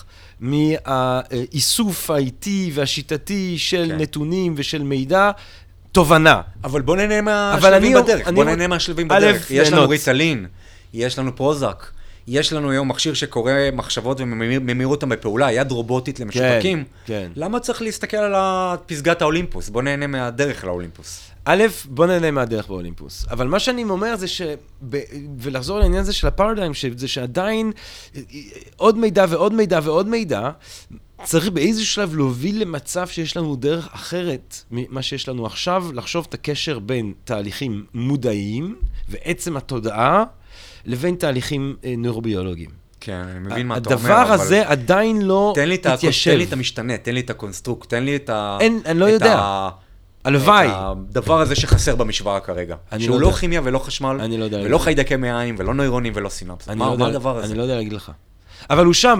מהאיסוף האיטי והשיטתי של נתונים ושל מידע, תובנה. אבל בוא נהנה מהשלבים בדרך. בוא נהנה מהשלבים בדרך. יש לנו ריטלין, יש לנו פרוזק, יש לנו היום מכשיר שקורא מחשבות וממיר אותם בפעולה, יד רובוטית למשותקים. למה צריך להסתכל על פסגת האולימפוס? בוא נהנה מהדרך לאולימפוס. א', בוא נהנה מהדרך באולימפוס. אבל מה שאני אומר זה ולחזור לעניין הזה של הפרדיגם, זה שעדיין עוד מידע ועוד מידע ועוד מידע, צריך באיזשהו שלב להוביל למצב שיש לנו דרך אחרת ממה שיש לנו עכשיו, לחשוב את הקשר בין תהליכים מודעיים ועצם התודעה, לבין תהליכים נוירוביולוגיים. כן, אני מבין מה אתה אומר, הדבר הזה עדיין לא התיישב. תן לי את המשתנה, תן לי את הקונסטרוקט, תן לי את ה... אני לא יודע. הלוואי. הדבר הזה שחסר במשוואה כרגע. שהוא לא כימיה ולא חשמל, ולא חיידקי מעיים, ולא נוירונים ולא סינפס. מה הדבר הזה? אני לא יודע להגיד לך. אבל הוא שם,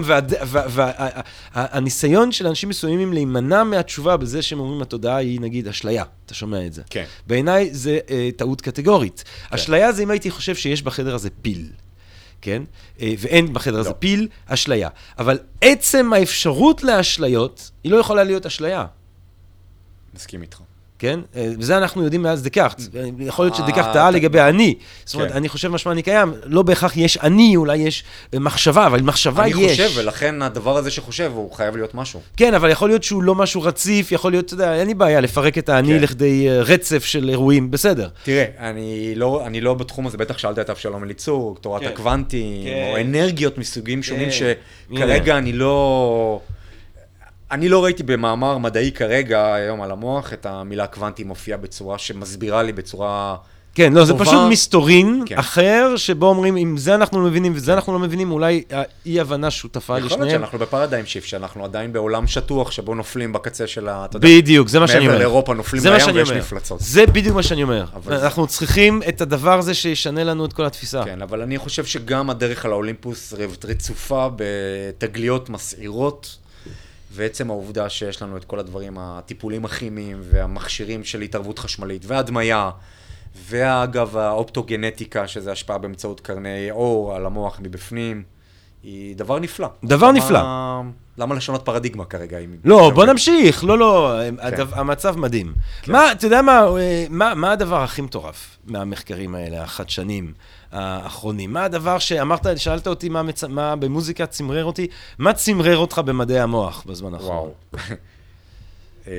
והניסיון של אנשים מסוימים להימנע מהתשובה בזה שהם אומרים, התודעה היא נגיד אשליה. אתה שומע את זה. כן. בעיניי זה טעות קטגורית. אשליה זה אם הייתי חושב שיש בחדר הזה פיל. כן? ואין בחדר הזה פיל, אשליה. אבל עצם האפשרות לאשליות, היא לא יכולה להיות אשליה. מסכים איתך. כן? וזה אנחנו יודעים מאז דקארט. יכול להיות שדקארט טעה לגבי אני. זאת אומרת, אני חושב משמע אני קיים, לא בהכרח יש אני, אולי יש מחשבה, אבל מחשבה יש. אני חושב, ולכן הדבר הזה שחושב, הוא חייב להיות משהו. כן, אבל יכול להיות שהוא לא משהו רציף, יכול להיות, אתה יודע, אין לי בעיה לפרק את האני לכדי רצף של אירועים, בסדר. תראה, אני לא בתחום הזה, בטח שאלת את אבשלום אליצור, תורת הקוונטים, או אנרגיות מסוגים שונים, שכרגע אני לא... אני לא ראיתי במאמר מדעי כרגע, היום על המוח, את המילה קוונטי מופיעה בצורה שמסבירה לי בצורה כן, לא, זה טובה. פשוט מסתורין כן. אחר, שבו אומרים, אם זה אנחנו מבינים וזה אנחנו לא מבינים, אולי אי-הבנה שותפה יכול לשניהם. להיות שאנחנו בפרדיים שיפט, שאנחנו עדיין בעולם שטוח, שבו נופלים בקצה של אתה יודע, בדיוק, זה מה שאני אומר. מעבר לאירופה נופלים זה מה בים שאני ויש אומר. מפלצות. זה בדיוק מה שאני אומר. אבל אנחנו צריכים את הדבר הזה שישנה לנו את כל התפיסה. כן, אבל אני חושב שגם הדרך על האולימפוס רצופה בתגליות מסעירות, ועצם העובדה שיש לנו את כל הדברים, הטיפולים הכימיים והמכשירים של התערבות חשמלית והדמיה, ואגב האופטוגנטיקה, שזה השפעה באמצעות קרני אור על המוח מבפנים, היא דבר נפלא. דבר נפלא. למה לשנות פרדיגמה כרגע? לא, בוא נמשיך. לא, המצב מדהים. מה, אתה יודע מה הדבר הכי מטורף מהמחקרים האלה, החדשנים, האחרונים? מה הדבר שאמרת, שאלת אותי מה במוזיקה צמרר אותי? מה צמרר אותך במדעי המוח בזמן האחרון? וואו.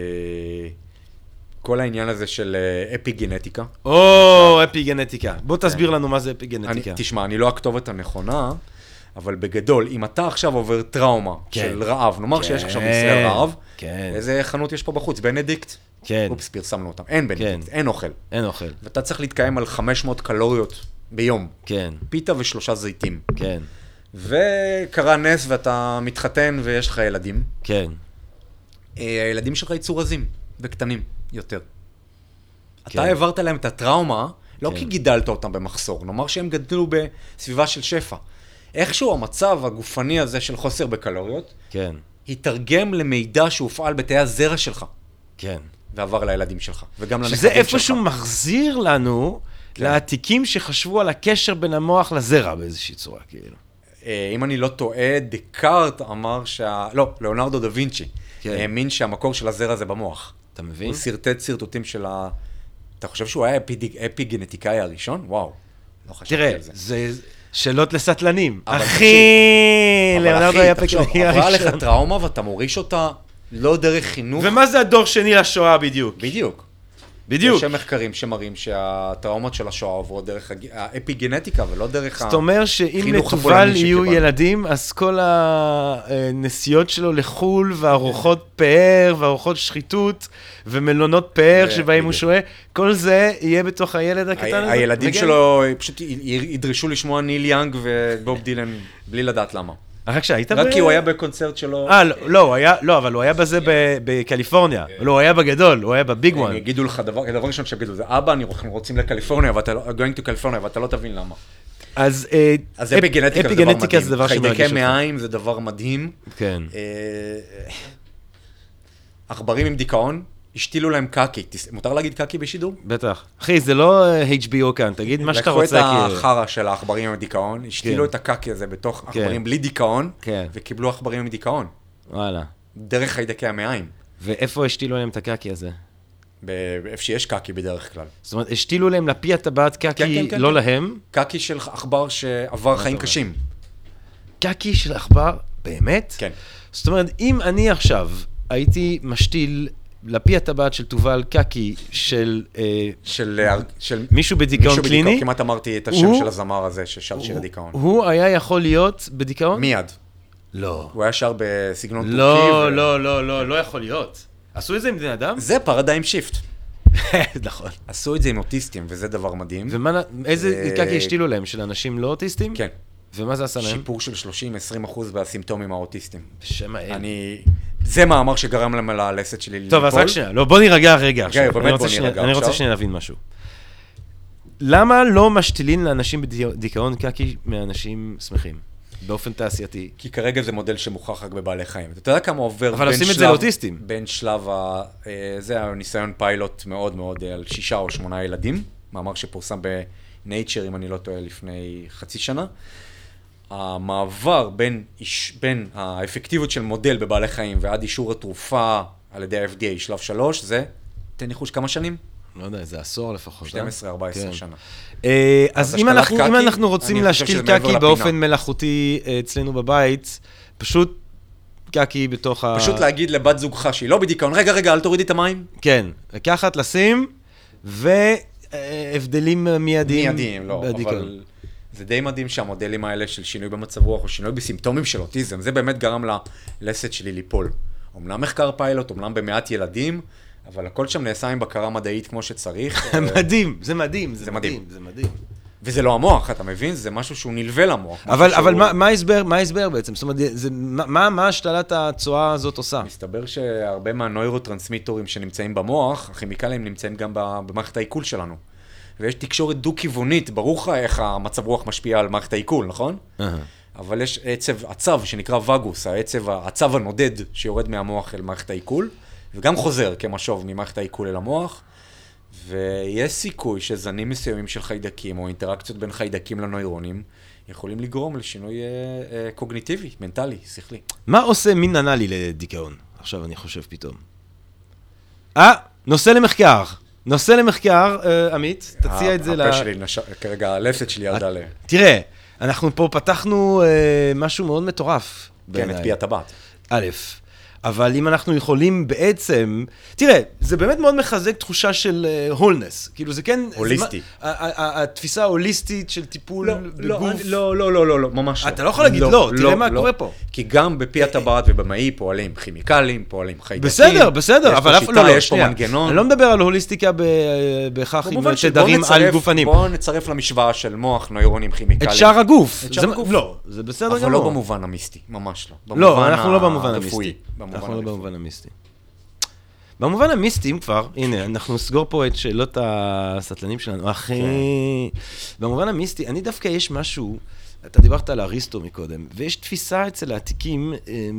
כל העניין הזה של אפיגנטיקה. אפיגנטיקה. בוא תסביר לנו מה זה אפיגנטיקה. תשמע, אני לא הכתובת הנכונה, אבל בגדול, אם אתה עכשיו עובר טראומה של רעב, נאמר שיש עכשיו בישראל רעב, איזה חנות יש פה בחוץ? בנדיקט? כן. אופס, פרסמנו אותם. אין בנדיקט, אין אוכל. אין אוכל. ואתה צריך להתקיים על 500 קלוריות ביום. כן. פיתה ו3 זיתים. כן. וקרה נס ואתה מתחתן ויש לך ילדים. כן. הילדים שלך יצאו רזים וקטנים יותר. אתה העברת להם את הטראומה, לא כי גידלת אותם במחסור, נאמר שהם גדלו בסביבה של שפע. איכשהו המצב הגופני הזה של חוסר בקלוריות, כן. התרגם למידע שהופעל בתאי הזרע שלך. כן. ועבר לילדים שלך, וגם לנכדים שלך. שזה איפשהו מחזיר לנו לעתיקים שחשבו על הקשר בין המוח לזרע באיזושהי צורה, כאילו. אם אני לא טועה, דקארט אמר לא, ליאונרדו דה וינצ'י, האמין שהמקור של הזרע זה במוח. אתה מבין? הוא סרטט סרטוטים של אתה חושב שהוא היה אפיגנטיקאי הראשון? וואו, לא חשבתי על זה. תראה, זה שאלות לסטלנים. אחי, ליאונרדו היה אפיגנטיקאי הראשון. עברה לך טראומה ואתה מוריש אותה לא דרך חינוך. ומה זה הדור שני לשואה בדיוק? בדיוק. יש מחקרים שמראים שהטראומות של השואה עוברות דרך האפיגנטיקה ולא דרך החינוך הפולני זאת אומרת שאם לתובל יהיו ילדים, אז כל הנסיעות שלו לחול והארוחות פאר והארוחות שחיתות ומלונות פאר שבהם הוא שואה, כל זה יהיה בתוך הילד הקטן הזה? הילדים שלו פשוט ידרשו לשמוע ניל יאנג ובוב דילן בלי לדעת למה. רק כי הוא היה בקונצרט שלו. לא, אבל הוא היה בזה בקליפורניה. לא, הוא היה בגדול, הוא היה בביג וואן. הם יגידו לך דבר ראשון שיגידו, זה אבא, אנחנו רוצים לקליפורניה, going to קליפורניה, ואתה לא תבין למה. אז אפיגנטיקה זה דבר שמרגיש אותך. חיידקי מעיים זה דבר מדהים. כן. עכברים עם דיכאון, השתילו להם קקי. מותר להגיד קקי בשידור? בטח. אחי, זה לא HBO כאן, תגיד מה שאתה רוצה. לקחו את החרה של העכברים עם דיכאון, השתילו את הקקי הזה בתוך עכברים בלי דיכאון, וקיבלו עכברים עם דיכאון. וואלה. דרך חיידקי המעיים. ואיפה השתילו להם את הקקי הזה? איפה שיש קקי בדרך כלל. זאת אומרת, השתילו להם לפי הטבעת קקי לא להם? קקי של עכבר שעבר חיים קשים. קקי של עכבר? באמת? כן. זאת אומרת, אם אני עכשיו הייתי משתיל לפי הטבעת של תובל קקי של מישהו בדיכאון קליני, כמעט אמרתי את השם של הזמר הזה ששר שיר הדיכאון. הוא היה יכול להיות בדיכאון? מיד. לא. הוא היה שר בסגנון טורקי. לא יכול להיות. עשו את זה עם בני אדם? זה פרדיים שיפט. נכון. עשו את זה עם אוטיסטים, וזה דבר מדהים. ואיזה קקי השתילו להם? של אנשים לא אוטיסטים? כן. ומה זה עשה להם? שיפור של 30-20% בסימפטומים האוטיסטים. בשם האל. זה מאמר שגרם להם ללסת שלי ליפול. טוב, אז רק שנייה. לא, בוא נירגע רגע עכשיו. אני רוצה שנייה להבין משהו. למה לא משתילים לאנשים בדיכאון קקי מאנשים שמחים? באופן תעשייתי. כי כרגע זה מודל שמוכח רק בבעלי חיים. אתה יודע כמה עובר אבל עושים את זה לאוטיסטים. בין שלב, זה היה ניסיון פיילוט מאוד מאוד על 6 או 8 ילדים, מאמר שפורסם בנייצ'ר, אם אני לא טועה, לפני חצי שנה. המעבר בין האפקטיביות של מודל בבעלי חיים ועד אישור התרופה על ידי ה-FDA, שלב 3, זה, תן ניחוש כמה שנים? לא יודע, זה עשור לפחות. 12-14 שנה. אז אם אנחנו רוצים להשתיל קקי באופן מלאכותי אצלנו בבית, פשוט קקי בתוך פשוט להגיד לבת זוגך שהיא לא בדיכאון, רגע, אל תורידי את המים. כן, לקחת, לשים, והבדלים מיידיים. מיידיים, לא, אבל זה די מדהים שהמודלים האלה של שינוי במצב רוח, או שינוי בסימפטומים של אוטיזם, זה באמת גרם ללסת שלי ליפול. אומנם מחקר פיילוט, אומנם במעט ילדים, אבל הכל שם נעשה עם בקרה מדעית כמו שצריך. מדהים, זה מדהים, זה מדהים. זה מדהים. וזה לא המוח, אתה מבין? זה משהו שהוא נלווה למוח. אבל מה ההסבר בעצם? זאת אומרת, מה השתלת הצואה הזאת עושה? מסתבר שהרבה מהנוירוטרנסמיטורים שנמצאים במוח, הכימיקלים נמצאים גם במערכת העיכול שלנו. ויש תקשורת דו-כיוונית, ברור לך איך המצב רוח משפיע על מערכת העיכול, נכון? אבל יש עצב שנקרא וגוס, העצב הנודד שיורד מהמוח אל מערכת העיכול, וגם חוזר כמשוב ממערכת העיכול אל המוח, ויש סיכוי שזנים מסוימים של חיידקים, או אינטראקציות בין חיידקים לנוירונים, יכולים לגרום לשינוי קוגניטיבי, מנטלי, שכלי. מה עושה מין אנלי לדיכאון? עכשיו אני חושב פתאום. נושא למחקר, עמית, תציע את זה הפה שלי, כרגע הלסת שלי ירדה ל... תראה, אנחנו פה פתחנו משהו מאוד מטורף. כן, את פי הטבעת. א', אבל אם אנחנו יכולים בעצם... תראה, זה באמת מאוד מחזק תחושה של הולנס. כאילו זה כן... הוליסטי. התפיסה ההוליסטית של טיפול בגוף. לא, ממש לא. אתה לא יכול להגיד לא, תראה מה קורה פה. כי גם בפי הטבעת ובמאי פועלים כימיקלים, פועלים חיידקים. בסדר, אבל יש פה שיטה, יש פה מנגנון. אני לא מדבר על הוליסטיקה בהכרח עם תדרים על גופנים. בואו נצרף למשוואה של מוח, נוירונים, כימיקלים. את שאר הגוף. לא, זה בסדר גמור. אבל לא במובן המיסטי, ממש לא. לא, אנחנו לא במובן המיסטי. אנחנו לא במובן המיסטי. במובן המיסטי, אם כבר, הנה, אנחנו נסגור פה את שאלות הסטלנים שלנו. אחי, במובן המיסטי, אני דווקא יש משהו, אתה דיברת על אריסטו מקודם, ויש תפיסה אצל העתיקים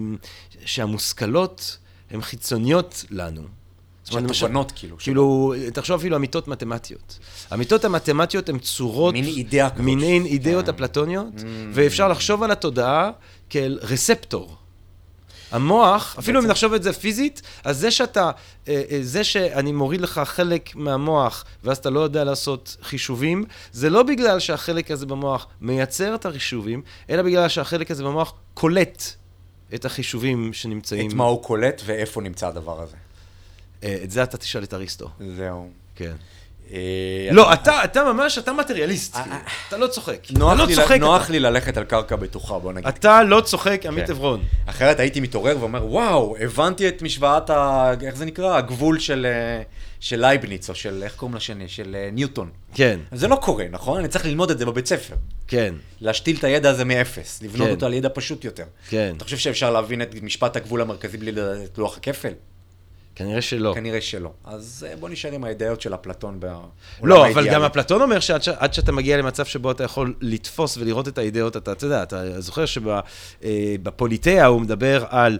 שהמושכלות הן חיצוניות לנו. שהתובנות כאילו. כאילו, תחשוב אפילו אמיתות מתמטיות. אמיתות המתמטיות הן צורות... מיני אידאות הפלטוניות, ואפשר לחשוב על התודעה כאל רספטור. המוח, אפילו אם נחשוב את זה פיזית, אז זה שאני מוריד לך חלק מהמוח, ואז אתה לא יודע לעשות חישובים, זה לא בגלל שהחלק הזה במוח מייצר את החישובים, אלא בגלל שהחלק הזה במוח קולט את החישובים שנמצאים. את מה הוא קולט ואיפה נמצא הדבר הזה. את זה אתה תשאל את אריסטו. זהו. כן. לא, אתה מטריאליסט, אתה לא צוחק. נוח לי ללכת על קרקע בטוחה, בוא נגיד. אתה לא צוחק, עמית עברון. אחרת הייתי מתעורר ואומר, וואו, הבנתי את משוואת, איך זה נקרא? הגבול של לייבניץ, או של, איך קוראים לשני? של ניוטון. כן. זה לא קורה, נכון? אני צריך ללמוד את זה בבית ספר. כן. להשתיל את הידע הזה מאפס, לבנות אותו על ידע פשוט יותר. כן. אתה חושב שאפשר להבין את משפט הגבול המרכזי בלי לדעת לוח הכפל? כנראה שלא. כנראה שלא. אז בוא נשאר עם הידיעות של אפלטון בעולם לא, אבל גם אפלטון אומר שעד שאתה מגיע למצב שבו אתה יכול לתפוס ולראות את הידיעות, אתה יודע, אתה זוכר שבפוליטאה הוא מדבר על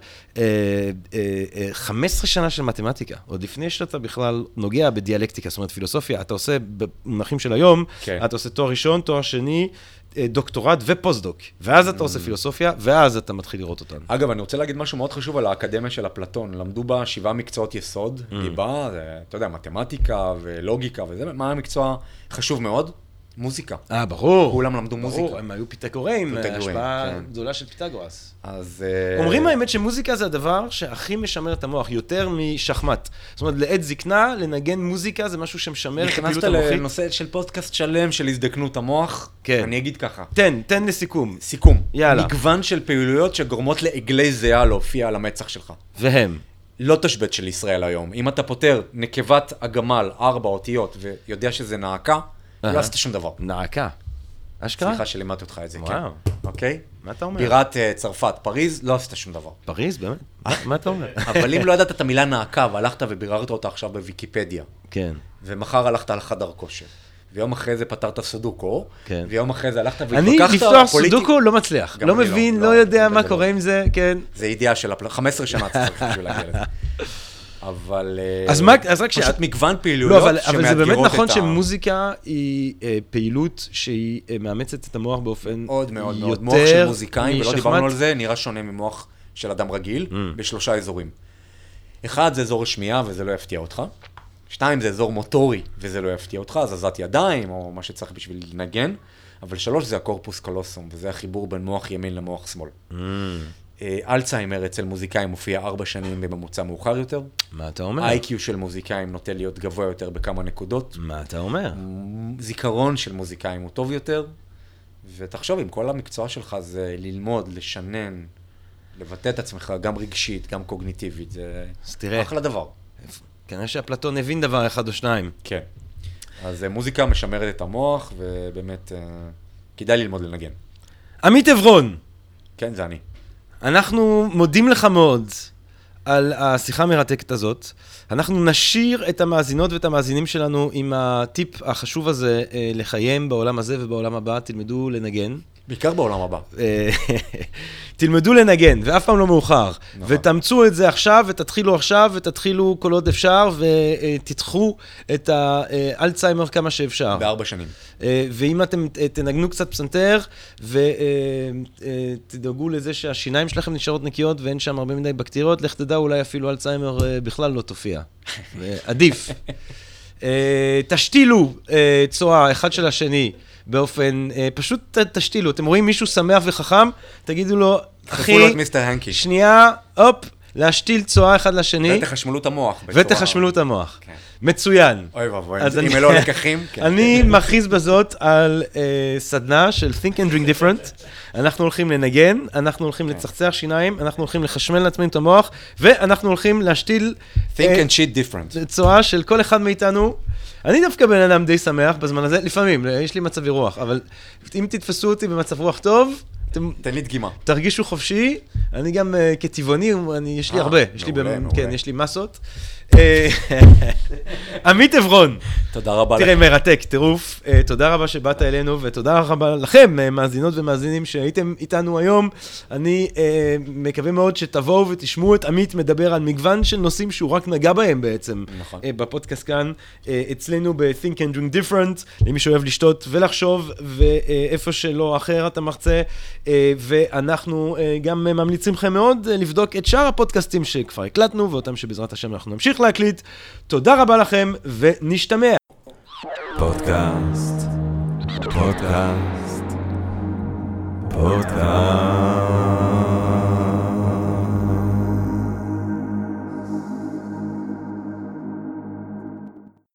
15 שנה של מתמטיקה, עוד לפני שאתה בכלל נוגע בדיאלקטיקה, זאת אומרת פילוסופיה, אתה עושה במונחים של היום, אתה עושה תואר ראשון, תואר שני, דוקטורט ופוסט-דוק, ואז אתה עושה פילוסופיה, ואז אתה מתחיל לראות אותנו. אגב, אני רוצה להגיד משהו מאוד חשוב על האקדמיה של אפלטון. למדו בה 7 מקצועות יסוד, ליבה, אתה יודע, מתמטיקה ולוגיקה וזה, מה המקצוע חשוב מאוד? מוזיקה. ברור. כולם למדו מוזיקה. ברור, הם היו פיתגוראים, השפעה גדולה של פיתגורס. אז... אומרים האמת שמוזיקה זה הדבר שהכי משמר את המוח, יותר משחמט. זאת אומרת, לעת זקנה, לנגן מוזיקה זה משהו שמשמר את הפעילות המוחית. נכנסת לנושא של פודקאסט שלם של הזדקנות המוח. כן. אני אגיד ככה. תן לסיכום. סיכום. יאללה. מגוון של פעילויות שגורמות לעגלי זהה להופיע על המצח שלך. והם? לא תשבט של ישראל היום. אם אתה פותר נקבת הגמל 4 אותיות ויודע שזה נעקה, לא עשית שום דבר. נעקה. אשכרה? סליחה שלימדתי אותך את זה, כן. וואו. אוקיי? מה אתה אומר? בירת צרפת, פריז, לא עשית שום דבר. פריז, באמת? מה אתה אומר? אבל אם לא ידעת את המילה נעקה, והלכת וביררת אותה עכשיו בוויקיפדיה, כן. ומחר הלכת על חדר כושר, ויום אחרי זה פתרת סודוקו, כן. ויום אחרי זה הלכת אני לפתוח סודוקו לא מצליח. לא מבין, לא יודע מה קורה עם זה, כן. זה אידיעה של 15 שנה צריך בשביל להגיע לזה. אבל... אז רק פשוט מגוון פעילויות שמאתגרות את ה... אבל זה באמת נכון ה... שמוזיקה היא פעילות שהיא מאמצת את המוח באופן מאוד מאוד מאוד. יותר מוח של מוזיקאים, ולא משחמט. דיברנו על זה, נראה שונה ממוח של אדם רגיל, ב3 אזורים. 1 זה אזור השמיעה, וזה לא יפתיע אותך. 2 זה אזור מוטורי, וזה לא יפתיע אותך, זזת ידיים, או מה שצריך בשביל לנגן. אבל 3 זה הקורפוס קלוסום, וזה החיבור בין מוח ימין למוח שמאל. אלצהיימר אצל מוזיקאים מופיע 4 שנים בממוצע מאוחר יותר. מה אתה אומר? איי-קיו של מוזיקאים נוטה להיות גבוה יותר בכמה נקודות. מה אתה אומר? זיכרון של מוזיקאים הוא טוב יותר. ותחשוב, אם כל המקצוע שלך זה ללמוד, לשנן, לבטא את עצמך גם רגשית, גם קוגניטיבית, זה תראה. אחלה דבר. כנראה שאפלטון הבין דבר אחד או שניים. כן. אז מוזיקה משמרת את המוח, ובאמת כדאי ללמוד לנגן. עמית עברון, כן, זה אני. אנחנו מודים לך מאוד על השיחה המרתקת הזאת. אנחנו נשאיר את המאזינות ואת המאזינים שלנו עם הטיפ החשוב הזה לחיים בעולם הזה ובעולם הבא. תלמדו לנגן. בעיקר בעולם הבא. תלמדו לנגן, ואף פעם לא מאוחר. ותאמצו את זה עכשיו, ותתחילו עכשיו, ותתחילו כל עוד אפשר, ותתחו את האלצהיימר כמה שאפשר. ב4 שנים. ואם אתם תנגנו קצת פסנתר, ותדאגו לזה שהשיניים שלכם נשארות נקיות, ואין שם הרבה מדי בקטריות, לך תדע, אולי אפילו אלצהיימר בכלל לא תופיע. עדיף. תשתילו צועה אחד של השני. באופן, פשוט תשתילו, אתם רואים מישהו שמח וחכם, תגידו לו, אחי, תחפו לו את מיסטר הנקי. שנייה, הופ, להשתיל צועה אחד לשני. ותחשמלו את המוח. ותחשמלו את המוח. כן. מצוין. אוי ואבוי, אם אלו לקחים. אני מכריז בזאת על סדנה של Think and Drink Different. אנחנו הולכים לנגן, אנחנו הולכים לצחצח שיניים, אנחנו הולכים לחשמל לעצמנו את המוח, ואנחנו הולכים להשתיל Think and shit different. צועה של כל אחד מאיתנו. אני דווקא בן אדם די שמח בזמן הזה, לפעמים, יש לי מצבי רוח, אבל אם תתפסו אותי במצב רוח טוב, תן לי דגימה. תרגישו חופשי, אני גם כטבעוני, יש לי הרבה, יש לי מסות. עמית עברון. תודה רבה לך. תראה, מרתק, טירוף. תודה רבה שבאת אלינו, ותודה רבה לכם, מאזינות ומאזינים שהייתם איתנו היום. אני מקווה מאוד שתבואו ותשמעו את עמית מדבר על מגוון של נושאים שהוא רק נגע בהם בעצם. נכון. בפודקאסט כאן, אצלנו ב-Think and Drink Different, למי שאוהב לשתות ולחשוב, ואיפה שלא אחר אתה מחצה. ואנחנו גם ממליצים לכם מאוד לבדוק את שאר הפודקאסטים שכבר הקלטנו, ואותם שבעזרת השם אנחנו נמשיך להקליט. תודה רבה לכם, ונשתמע. פודקאסט.